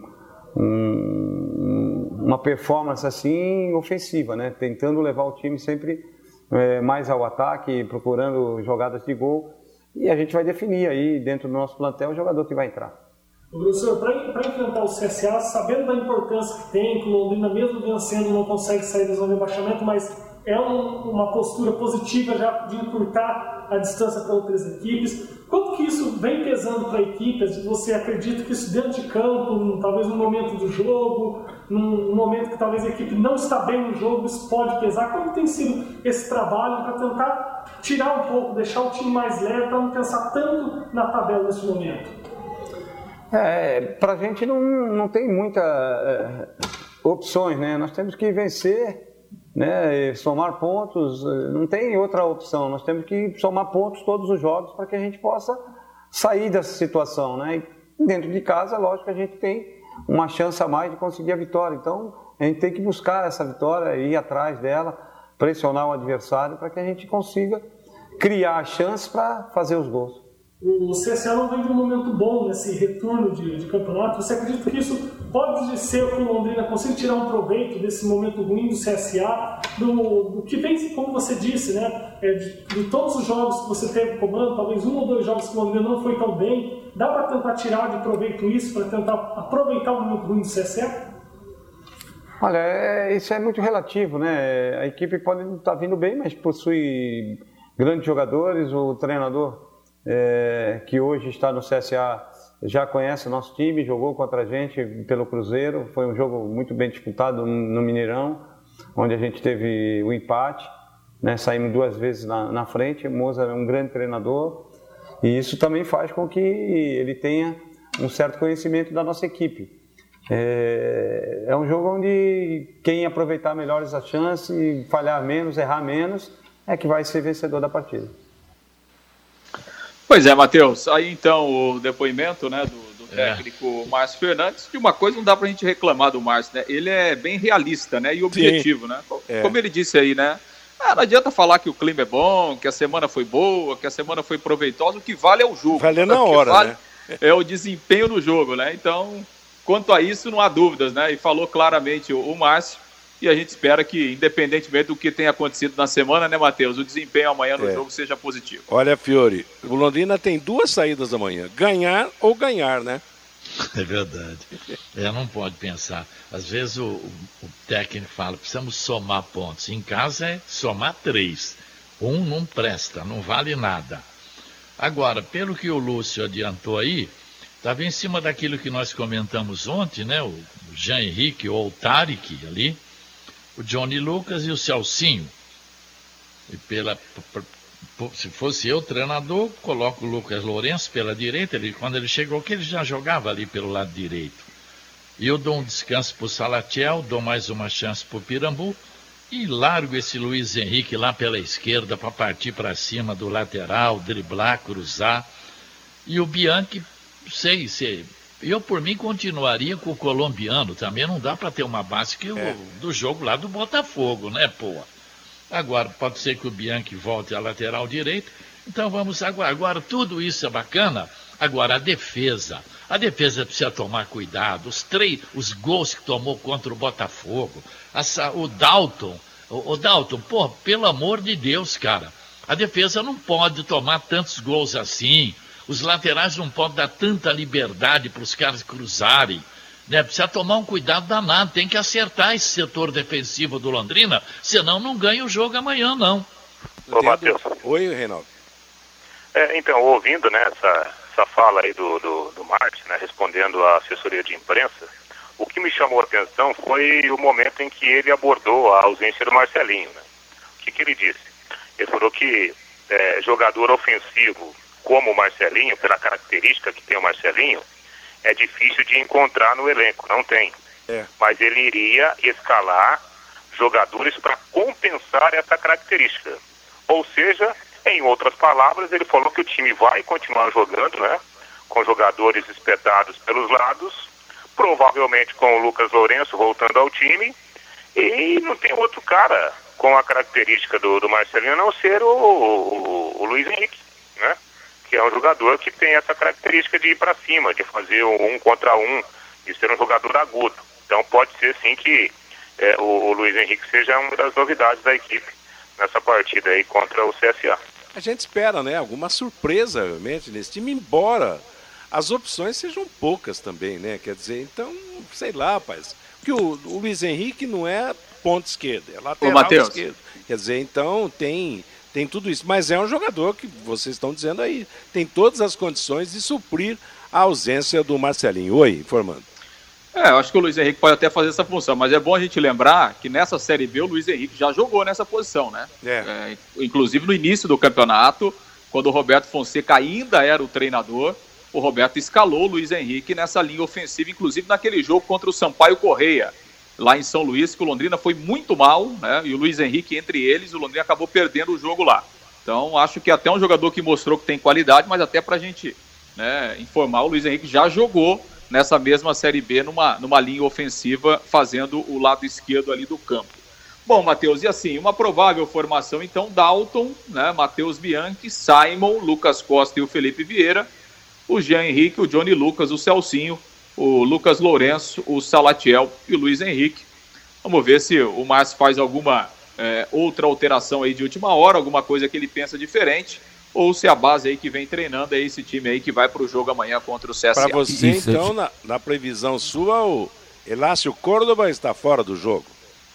um, uma performance assim ofensiva, né? Tentando levar o time sempre é, mais ao ataque, procurando jogadas de gol, e a gente vai definir aí dentro do nosso plantel o jogador que vai entrar. Professor, para enfrentar o C S A, sabendo da importância que tem, que o Londrina mesmo vencendo não consegue sair da zona de rebaixamento, mas é um, uma postura positiva já de encurtar a distância para outras equipes. Quanto que isso vem pesando para a equipe? Você acredita que isso dentro de campo, num, talvez no momento do jogo, num momento que talvez a equipe não está bem no jogo, isso pode pesar? Como tem sido esse trabalho para tentar tirar um pouco, deixar o time mais leve, para não pensar tanto na tabela nesse momento? É, para a gente não, não tem muitas é, opções, né? Nós temos que vencer, né? Somar pontos, não tem outra opção. Nós temos que somar pontos todos os jogos para que a gente possa sair dessa situação, né? E dentro de casa, lógico que a gente tem uma chance a mais de conseguir a vitória. Então, a gente tem que buscar essa vitória, ir atrás dela, pressionar o adversário para que a gente consiga criar a chance para fazer os gols. O C S A não vem de um momento bom nesse retorno de, de campeonato. Você acredita que isso pode ser que o Londrina consiga tirar um proveito desse momento ruim do C S A, do, do que vem, como você disse, né, é, de, de todos os jogos que você teve comando, talvez um ou dois jogos que o Londrina não foi tão bem, dá para tentar tirar de proveito isso, para tentar aproveitar o momento ruim do C S A? Olha, é, isso é muito relativo, né? A equipe pode não estar vindo bem, mas possui grandes jogadores, o treinador É, que hoje está no C S A já conhece o nosso time, jogou contra a gente pelo Cruzeiro, foi um jogo muito bem disputado no Mineirão, onde a gente teve o empate, né, saímos duas vezes na, na frente. O Moza é um grande treinador e isso também faz com que ele tenha um certo conhecimento da nossa equipe. É, é um jogo onde quem aproveitar melhores as chances, falhar menos, errar menos, é que vai ser vencedor da partida. Pois é, Matheus, aí então o depoimento, né, do, do técnico é. Márcio Fernandes. De uma coisa não dá pra gente reclamar do Márcio, né? Ele é bem realista, né, e objetivo, Sim. né? É. Como ele disse aí, né? Ah, não adianta falar que o clima é bom, que a semana foi boa, que a semana foi proveitosa, o que vale é o jogo. Vale na hora, vale né? É o desempenho no jogo, né? Então, quanto a isso, não há dúvidas, né? E falou claramente o, o Márcio. E a gente espera que, independentemente do que tenha acontecido na semana, né, Matheus, o desempenho amanhã no é. jogo seja positivo. Olha, Fiore, o Londrina tem duas saídas amanhã, ganhar ou ganhar, né? É verdade. É, não pode pensar. Às vezes o, o técnico fala, precisamos somar pontos. Em casa é somar três. Um não presta, não vale nada. Agora, pelo que o Lúcio adiantou aí, estava em cima daquilo que nós comentamos ontem, né? O Jean Henrique ou o Tarek ali, o Johnny Lucas e o Celcinho. E pela, se fosse eu treinador, coloco o Lucas Lourenço pela direita. Ele, quando ele chegou aqui, ele já jogava ali pelo lado direito. E eu dou um descanso para o Salatiel, dou mais uma chance para o Pirambu e largo esse Luiz Henrique lá pela esquerda para partir para cima do lateral, driblar, cruzar. E o Bianchi, sei se... Eu, por mim, continuaria com o colombiano. Também não dá para ter uma base que é. o, do jogo lá do Botafogo, né, pô? Agora, pode ser que o Bianchi volte à lateral direita. Então, vamos agora. Agora, tudo isso é bacana. Agora, a defesa. A defesa precisa tomar cuidado. Os três, os gols que tomou contra o Botafogo. Essa, o Dalton. O, o Dalton, pô, pelo amor de Deus, cara. A defesa não pode tomar tantos gols assim. Os laterais não podem dar tanta liberdade para os caras cruzarem, né? Precisa tomar um cuidado danado, tem que acertar esse setor defensivo do Londrina, senão não ganha o jogo amanhã, não. Ô, Matheus. Oi, Reinaldo. É, então, ouvindo, né, essa, essa fala aí do, do, do Márcio, né, respondendo à assessoria de imprensa, o que me chamou a atenção foi o momento em que ele abordou a ausência do Marcelinho, né? O que, que ele disse? Ele falou que é, jogador ofensivo como o Marcelinho, pela característica que tem o Marcelinho, é difícil de encontrar no elenco, não tem. É. Mas ele iria escalar jogadores para compensar essa característica. Ou seja, em outras palavras, ele falou que o time vai continuar jogando, né, com jogadores espetados pelos lados, provavelmente com o Lucas Lourenço voltando ao time, e não tem outro cara com a característica do, do Marcelinho a não ser o, o, o Luiz Henrique, né? que é um jogador que tem essa característica de ir para cima, de fazer um contra um, de ser um jogador agudo. Então pode ser sim que é, o, o Luiz Henrique seja uma das novidades da equipe nessa partida aí contra o C S A. A gente espera, né, alguma surpresa realmente nesse time, embora as opções sejam poucas também, né? Quer dizer, então, sei lá, rapaz. Porque o, o Luiz Henrique não é ponta esquerda, é lateral esquerdo. Quer dizer, então tem, tem tudo isso. Mas é um jogador que vocês estão dizendo aí, tem todas as condições de suprir a ausência do Marcelinho. Oi, informando. É, eu acho que o Luiz Henrique pode até fazer essa função, mas é bom a gente lembrar que nessa Série B o Luiz Henrique já jogou nessa posição, né? É. É, inclusive no início do campeonato, quando o Roberto Fonseca ainda era o treinador, o Roberto escalou o Luiz Henrique nessa linha ofensiva, inclusive naquele jogo contra o Sampaio Correia, lá em São Luís, que o Londrina foi muito mal, né? E o Luiz Henrique entre eles, o Londrina acabou perdendo o jogo lá. Então acho que até um jogador que mostrou que tem qualidade, mas até pra gente, né, informar, o Luiz Henrique já jogou nessa mesma Série B, numa, numa linha ofensiva, fazendo o lado esquerdo ali do campo. Bom, Matheus, e assim, uma provável formação, então, Dalton, né, Matheus Bianchi, Simon, Lucas Costa e o Felipe Vieira, o Jean Henrique, o Johnny Lucas, o Celcinho, o Lucas Lourenço, o Salatiel e o Luiz Henrique. Vamos ver se o Márcio faz alguma é, outra alteração aí de última hora, alguma coisa que ele pensa diferente, ou se a base aí que vem treinando é esse time aí que vai para o jogo amanhã contra o C S A. Para você, Isso. então, na, na previsão sua, o Elácio Córdoba está fora do jogo?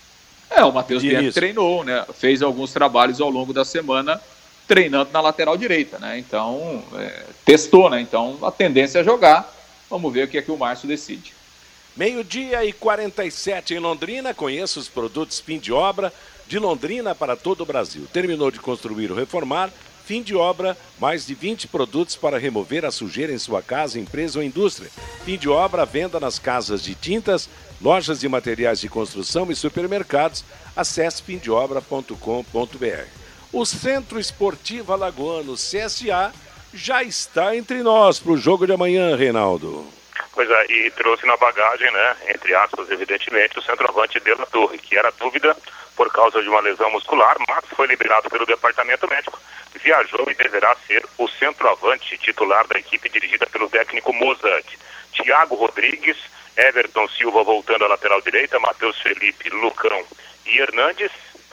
É, o Matheus Bianchi treinou, né? Fez alguns trabalhos ao longo da semana treinando na lateral direita, né? Então, é, testou, né? Então, a tendência é jogar. Vamos ver o que é que o Márcio decide. Meio-dia e quarenta e sete em Londrina. Conheça os produtos fim de obra de Londrina para todo o Brasil. Terminou de construir ou reformar? Fim de obra, mais de vinte produtos para remover a sujeira em sua casa, empresa ou indústria. Fim de obra, venda nas casas de tintas, lojas de materiais de construção e supermercados. Acesse fim de obra ponto com ponto b r. O Centro Esportivo Alagoano C S A já está entre nós para o jogo de amanhã, Reinaldo. Pois é, e trouxe na bagagem, né, entre aspas, evidentemente, o centroavante de La Torre, que era dúvida por causa de uma lesão muscular, mas foi liberado pelo departamento médico, viajou e deverá ser o centroavante titular da equipe dirigida pelo técnico Mozart. Thiago Rodrigues, Everton Silva voltando à lateral direita, Matheus Felipe, Lucão e Hernandes,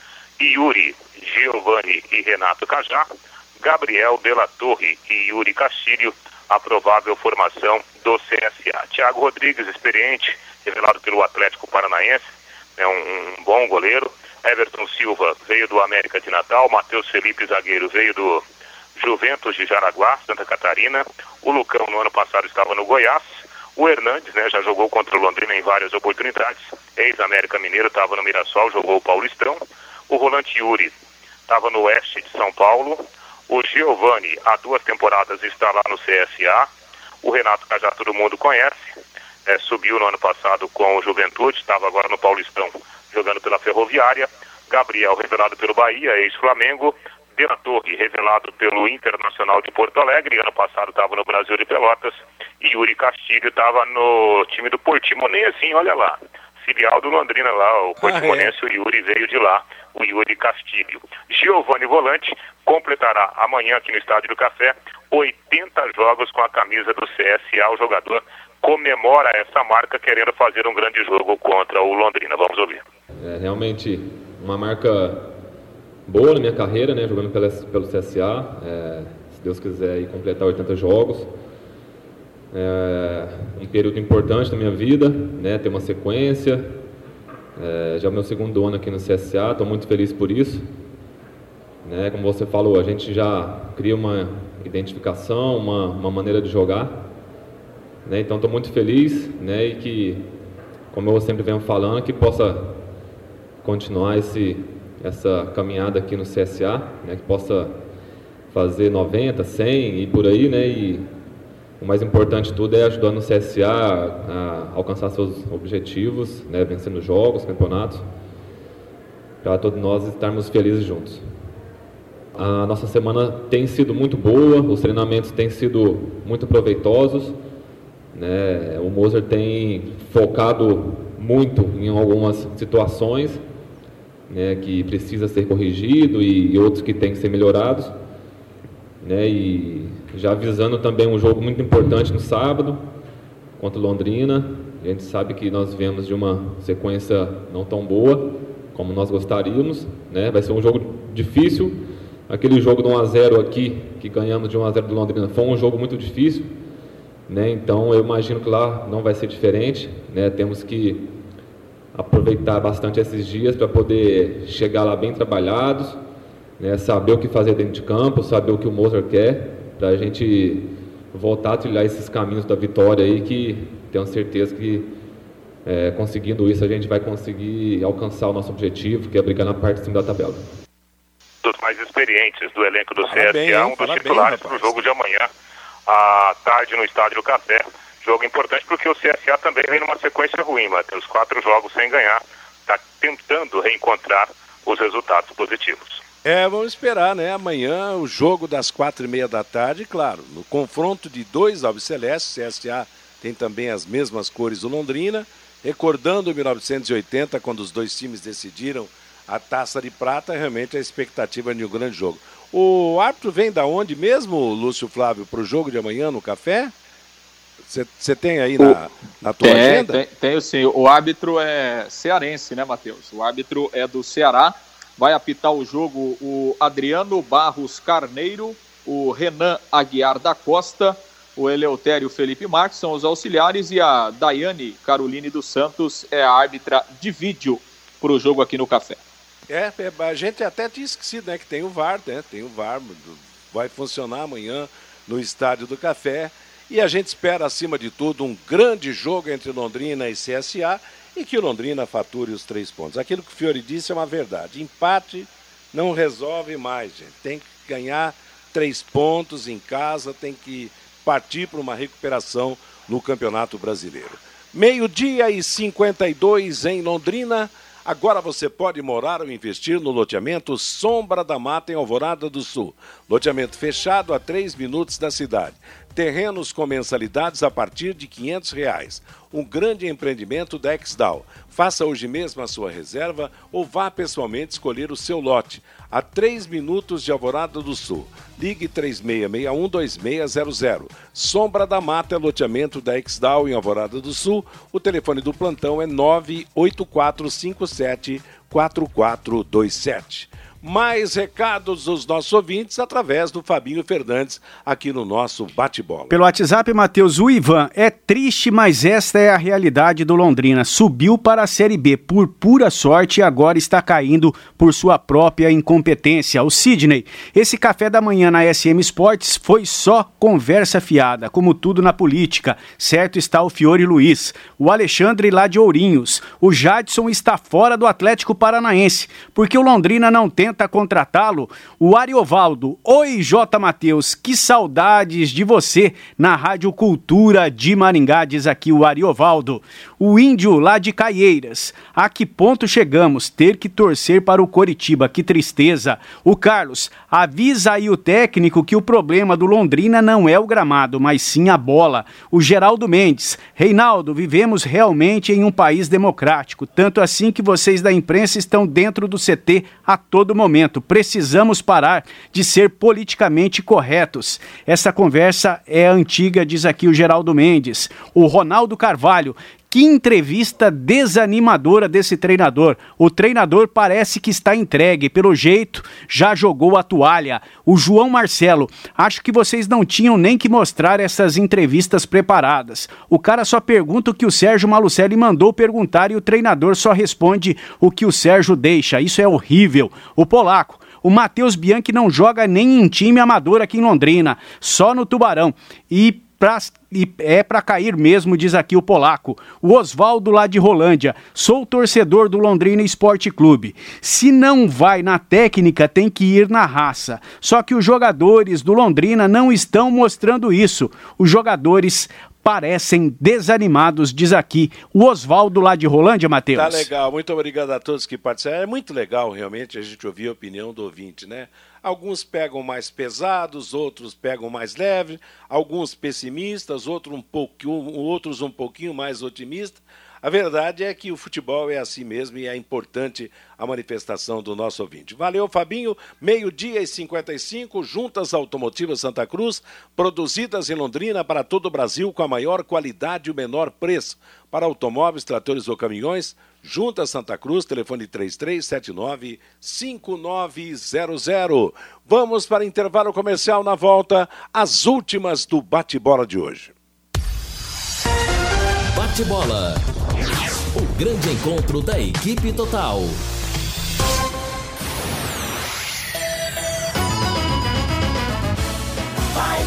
Yuri, Giovanni e Renato Cajá, Gabriel de La Torre e Yuri Castilho, a provável formação do C S A. Thiago Rodrigues, experiente, revelado pelo Atlético Paranaense, é um, um bom goleiro. Everton Silva veio do América de Natal, Matheus Felipe, zagueiro, veio do Juventus de Jaraguá, Santa Catarina. O Lucão no ano passado estava no Goiás. O Hernandes, né, já jogou contra o Londrina em várias oportunidades. Ex-América Mineiro, estava no Mirassol, jogou o Paulistão. O volante Yuri estava no Oeste de São Paulo. O Giovanni, há duas temporadas, está lá no C S A. O Renato Cajá, todo mundo conhece. É, subiu no ano passado com o Juventude, estava agora no Paulistão, jogando pela Ferroviária. Gabriel, revelado pelo Bahia, ex-Flamengo. De La Torre, revelado pelo Internacional de Porto Alegre. Ano passado estava no Brasil de Pelotas. E Yuri Castilho estava no time do Portimonense, olha lá. Filial do Londrina lá, o Portimonense, ah, é. O Yuri veio de lá, o Yuri Castilho. Giovanni Volante completará amanhã aqui no Estádio do Café oitenta jogos com a camisa do C S A. O jogador comemora essa marca querendo fazer um grande jogo contra o Londrina. Vamos ouvir. É realmente uma marca boa na minha carreira, né, jogando pelo, pelo C S A. É, se Deus quiser ir completar oitenta jogos. É um período importante da minha vida, né, ter uma sequência. É, já é o meu segundo ano aqui no C S A, estou muito feliz por isso. Né, como você falou, a gente já cria uma identificação, uma, uma maneira de jogar. Né, então estou muito feliz, né, e que, como eu sempre venho falando, que possa continuar esse, essa caminhada aqui no C S A, né, que possa fazer noventa, cem e por aí, né, e o mais importante de tudo é ajudando o C S A a alcançar seus objetivos, né, vencendo jogos, campeonatos, para todos nós estarmos felizes juntos. A nossa semana tem sido muito boa, os treinamentos têm sido muito proveitosos, né, o Mozart tem focado muito em algumas situações, né, que precisa ser corrigido e, e outros que têm que ser melhorados. né? E já visando também um jogo muito importante no sábado contra Londrina. A gente sabe que nós viemos de uma sequência não tão boa como nós gostaríamos, né? Vai ser um jogo difícil. Aquele jogo de um a zero aqui, que ganhamos de um a zero do Londrina, foi um jogo muito difícil, né? Então eu imagino que lá não vai ser diferente, né? Temos que aproveitar bastante esses dias para poder chegar lá bem trabalhados, né? Saber o que fazer dentro de campo, saber o que o Mozart quer, para a gente voltar a trilhar esses caminhos da vitória aí, que tenho certeza que é, conseguindo isso a gente vai conseguir alcançar o nosso objetivo, que é brigar na parte de cima da tabela. Dos mais experientes do elenco do Fala C S A, bem, um dos titulares para o jogo de amanhã, à tarde, no Estádio do Café. Jogo importante porque o C S A também vem numa sequência ruim, Matheus. Quatro jogos sem ganhar, está tentando reencontrar os resultados positivos. É, vamos esperar, né? Amanhã o jogo das quatro e meia da tarde, claro, no confronto de dois albicelestes, o C S A tem também as mesmas cores do Londrina, recordando mil novecentos e oitenta, quando os dois times decidiram a Taça de Prata, realmente a expectativa é de um grande jogo. O árbitro vem da onde mesmo, Lúcio Flávio, para o jogo de amanhã no Café? Você tem aí na, na tua tem, agenda? Tem, tenho sim. O árbitro é cearense, né, Matheus? O árbitro é do Ceará. Vai apitar o jogo o Adriano Barros Carneiro, o Renan Aguiar da Costa, o Eleutério Felipe Marques são os auxiliares e a Daiane Caroline dos Santos é a árbitra de vídeo para o jogo aqui no Café. É, a gente até tinha esquecido, né, que tem o V A R, né? Tem o V A R, vai funcionar amanhã no Estádio do Café. E a gente espera, acima de tudo, um grande jogo entre Londrina e C S A e que o Londrina fature os três pontos. Aquilo que o Fiore disse é uma verdade. Empate não resolve mais, gente. Tem que ganhar três pontos em casa, tem que partir para uma recuperação no Campeonato Brasileiro. Meio-dia e cinquenta e dois em Londrina. Agora você pode morar ou investir no loteamento Sombra da Mata, em Alvorada do Sul. Loteamento fechado a três minutos da cidade. Terrenos com mensalidades a partir de quinhentos reais. Um grande empreendimento da Exdal. Faça hoje mesmo a sua reserva ou vá pessoalmente escolher o seu lote. A três minutos de Alvorada do Sul. Ligue três seis seis um, dois seis zero zero. Sombra da Mata, loteamento da Exdal em Alvorada do Sul. O telefone do plantão é nove oito quatro cinco sete quatro quatro dois sete. Mais recados dos nossos ouvintes através do Fabinho Fernandes aqui no nosso bate-bola. Pelo WhatsApp, Matheus, o Ivan, é triste, mas esta é a realidade do Londrina. Subiu para a Série B por pura sorte e agora está caindo por sua própria incompetência. O Sidney, esse café da manhã na S M Sports foi só conversa fiada, como tudo na política. Certo está o Fiore Luiz. O Alexandre lá de Ourinhos. O Jadson está fora do Atlético Paranaense, porque o Londrina não tenta contratá-lo. O Ariovaldo, oi J. Matheus, que saudades de você na Rádio Cultura de Maringá, diz aqui o Ariovaldo. O Índio lá de Caieiras, a que ponto chegamos? Ter que torcer para o Coritiba, que tristeza. O Carlos, avisa aí o técnico que o problema do Londrina não é o gramado, mas sim a bola. O Geraldo Mendes, Reinaldo, vivemos realmente em um país democrático, tanto assim que vocês da imprensa estão dentro do C T a todo momento. Momento. Precisamos parar de ser politicamente corretos. Essa conversa é antiga, diz aqui o Geraldo Mendes. O Ronaldo Carvalho, que entrevista desanimadora desse treinador. O treinador parece que está entregue, pelo jeito já jogou a toalha. O João Marcelo, acho que vocês não tinham nem que mostrar essas entrevistas preparadas. O cara só pergunta o que o Sérgio Malucelli mandou perguntar e o treinador só responde o que o Sérgio deixa. Isso é horrível. O Polaco, o Matheus Bianchi não joga nem em time amador aqui em Londrina, só no Tubarão. E Pra, e é para cair mesmo, diz aqui o Polaco. O Oswaldo lá de Rolândia, sou torcedor do Londrina Esporte Clube. Se não vai na técnica, tem que ir na raça. Só que os jogadores do Londrina não estão mostrando isso. Os jogadores parecem desanimados, diz aqui o Oswaldo lá de Rolândia, Matheus. Tá legal, muito obrigado a todos que participaram. É muito legal realmente a gente ouvir a opinião do ouvinte, né? Alguns pegam mais pesados, outros pegam mais leve, alguns pessimistas, outros um pouquinho, outros um pouquinho mais otimistas. A verdade é que o futebol é assim mesmo e é importante a manifestação do nosso ouvinte. Valeu, Fabinho. Meio-dia e cinquenta e cinco, Juntas Automotivas Santa Cruz, produzidas em Londrina para todo o Brasil com a maior qualidade e o menor preço. Para automóveis, tratores ou caminhões, Juntas Santa Cruz, telefone três três sete nove, cinco nove zero zero. Vamos para intervalo comercial. Na volta, as últimas do bate-bola de hoje. Bate-bola. O grande encontro da equipe total. Vai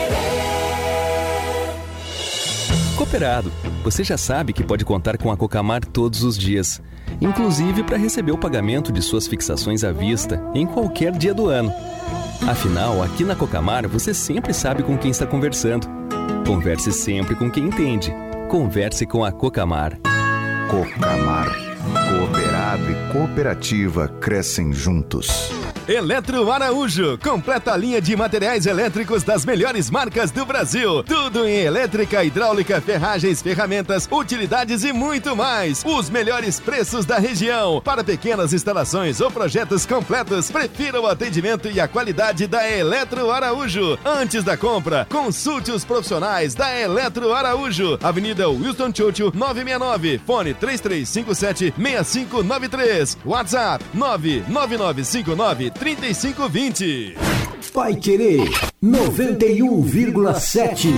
querer. Cooperado, você já sabe que pode contar com a Cocamar todos os dias, inclusive para receber o pagamento de suas fixações à vista em qualquer dia do ano. Afinal, aqui na Cocamar você sempre sabe com quem está conversando. Converse sempre com quem entende. Converse com a Cocamar. Cocamar. Cooperado e cooperativa crescem juntos. Eletro Araújo, completa linha de materiais elétricos das melhores marcas do Brasil. Tudo em elétrica, hidráulica, ferragens, ferramentas, utilidades e muito mais. Os melhores preços da região. Para pequenas instalações ou projetos completos, prefira o atendimento e a qualidade da Eletro Araújo. Antes da compra, consulte os profissionais da Eletro Araújo. Avenida Wilson Churchill, novecentos e sessenta e nove. Fone três três cinco sete, seis cinco nove três. WhatsApp nove nove nove cinco nove, três cinco dois zero. Vai Querer noventa e um vírgula sete.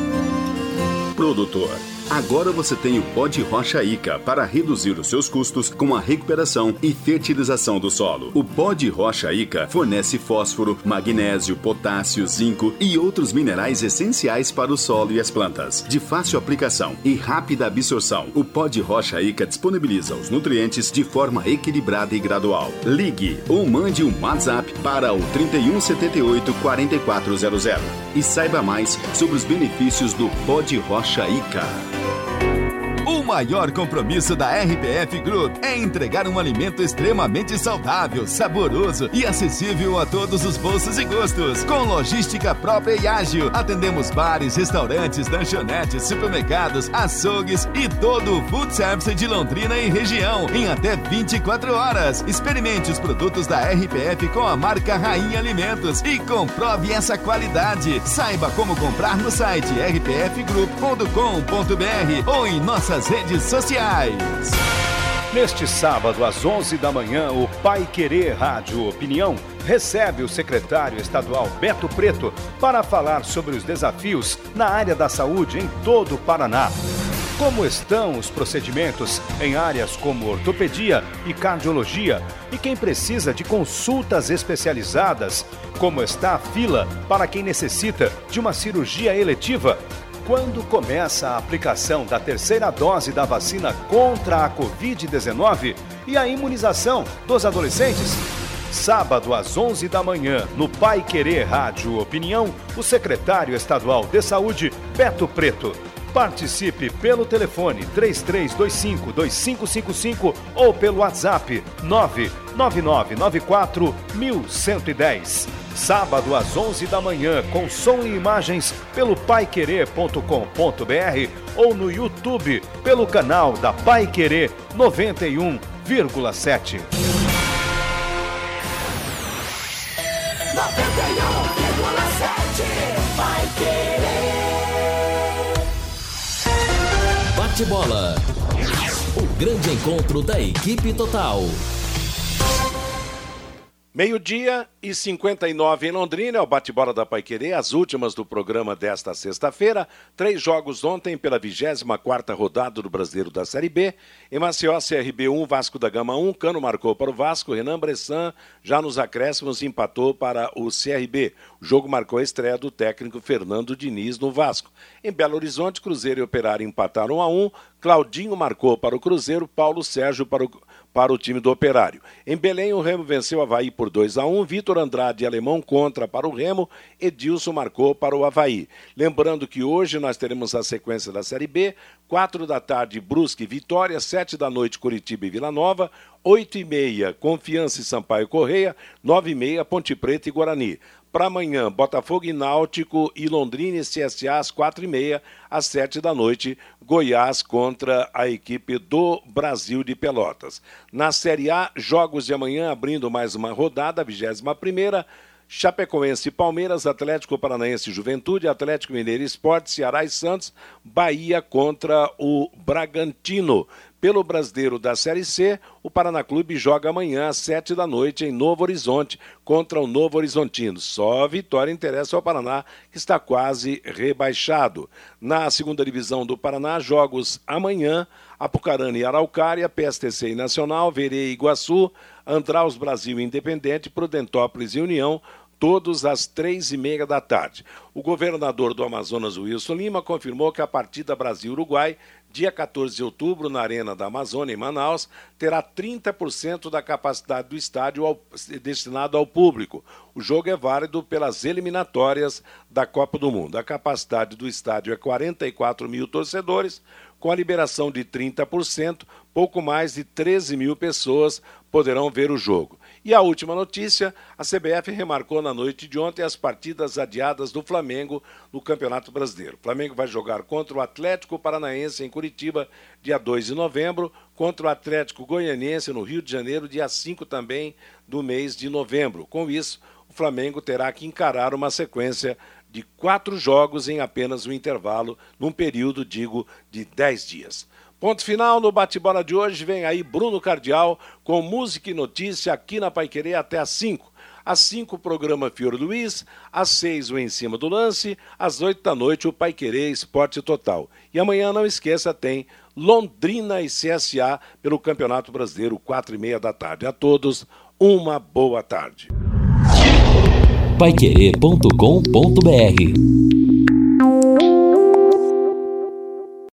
Produtor. Agora você tem o pó de rocha Ica para reduzir os seus custos com a recuperação e fertilização do solo. O pó de rocha Ica fornece fósforo, magnésio, potássio, zinco e outros minerais essenciais para o solo e as plantas. De fácil aplicação e rápida absorção, o pó de rocha Ica disponibiliza os nutrientes de forma equilibrada e gradual. Ligue ou mande um WhatsApp para o trinta e um setenta e oito, quarenta e quatro zero zero e saiba mais sobre os benefícios do pó de rocha Ica. O maior compromisso da R B F Group é entregar um alimento extremamente saudável, saboroso e acessível a todos os bolsos e gostos. Com logística própria e ágil, atendemos bares, restaurantes, lanchonetes, supermercados, açougues e todo o food service de Londrina e região em até vinte e quatro horas. Experimente os produtos da R B F com a marca Rainha Alimentos e comprove essa qualidade. Saiba como comprar no site r p f group ponto com ponto b r ou em nossas redes sociais. Neste sábado, às onze da manhã, o Pai Querer Rádio Opinião recebe o secretário estadual Beto Preto para falar sobre os desafios na área da saúde em todo o Paraná. Como estão os procedimentos em áreas como ortopedia e cardiologia e quem precisa de consultas especializadas? Como está a fila para quem necessita de uma cirurgia eletiva? Quando começa a aplicação da terceira dose da vacina contra a covid dezenove e a imunização dos adolescentes? Sábado às onze da manhã, no Pai Querer Rádio Opinião, o secretário estadual de saúde, Beto Preto. Participe pelo telefone três três dois cinco, dois cinco cinco cinco ou pelo WhatsApp nove nove nove nove quatro um um um zero. Sábado às onze da manhã, com som e imagens pelo pai querer ponto com ponto b r ou no YouTube pelo canal da Pai Querer noventa e um vírgula sete. noventa e um vírgula sete. Vai Querer. Bate-bola. O grande encontro da equipe total. Meio-dia e cinquenta e nove em Londrina, é o bate-bola da Paiquerê, as últimas do programa desta sexta-feira. Três jogos ontem pela vigésima quarta rodada do Brasileiro da Série B. Em Maceió, C R B um, Vasco da Gama um. Cano marcou para o Vasco. Renan Bressan, já nos acréscimos, empatou para o C R B. O jogo marcou a estreia do técnico Fernando Diniz no Vasco. Em Belo Horizonte, Cruzeiro e Operário empataram um a um. Claudinho marcou para o Cruzeiro, Paulo Sérgio para o, para o time do Operário. Em Belém, o Remo venceu o Avaí por dois a um. Vitor Andrade e Alemão contra para o Remo. Edilson marcou para o Avaí. Lembrando que hoje nós teremos a sequência da Série B quatro da tarde, Brusque e Vitória, sete da noite, Curitiba e Vila Nova, oito e meia, Confiança e Sampaio Correia, nove e meia, Ponte Preta e Guarani. Para amanhã, Botafogo e Náutico e Londrina e C S A às quatro e meia, às sete da noite, Goiás contra a equipe do Brasil de Pelotas. Na Série A, jogos de amanhã, abrindo mais uma rodada, a vigésima primeira, Chapecoense e Palmeiras, Atlético Paranaense e Juventude, Atlético Mineiro e Sport, Ceará e Santos, Bahia contra o Bragantino. Pelo Brasileiro da Série C, o Paraná Clube joga amanhã às sete da noite em Novo Horizonte contra o Novo Horizontino. Só a vitória interessa ao Paraná, que está quase rebaixado. Na segunda divisão do Paraná, jogos amanhã, Apucarana e Araucária, P S T C e Nacional, Verê e Iguaçu, Andraus Brasil Independente, Prudentópolis e União, todos às três e meia da tarde. O governador do Amazonas, Wilson Lima, confirmou que a partida Brasil-Uruguai, dia quatorze de outubro, na Arena da Amazônia, em Manaus, terá trinta por cento da capacidade do estádio ao, destinado ao público. O jogo é válido pelas eliminatórias da Copa do Mundo. A capacidade do estádio é quarenta e quatro mil torcedores, com a liberação de trinta por cento, pouco mais de treze mil pessoas poderão ver o jogo. E a última notícia, a C B F remarcou na noite de ontem as partidas adiadas do Flamengo no Campeonato Brasileiro. O Flamengo vai jogar contra o Atlético Paranaense em Curitiba, dia dois de novembro, contra o Atlético Goianiense no Rio de Janeiro, dia cinco também do mês de novembro. Com isso, o Flamengo terá que encarar uma sequência de quatro jogos em apenas um intervalo, num período, digo, de dez dias. Ponto final no bate-bola de hoje. Vem aí Bruno Cardial com música e notícia aqui na Paiquerê até às cinco. Às cinco, o programa Fior Luiz. Às seis, o Em Cima do Lance. Às oito da noite, o Paiquerê Esporte Total. E amanhã, não esqueça, tem Londrina e C S A pelo Campeonato Brasileiro, quatro e meia da tarde. A todos, uma boa tarde. paiquerê ponto com ponto br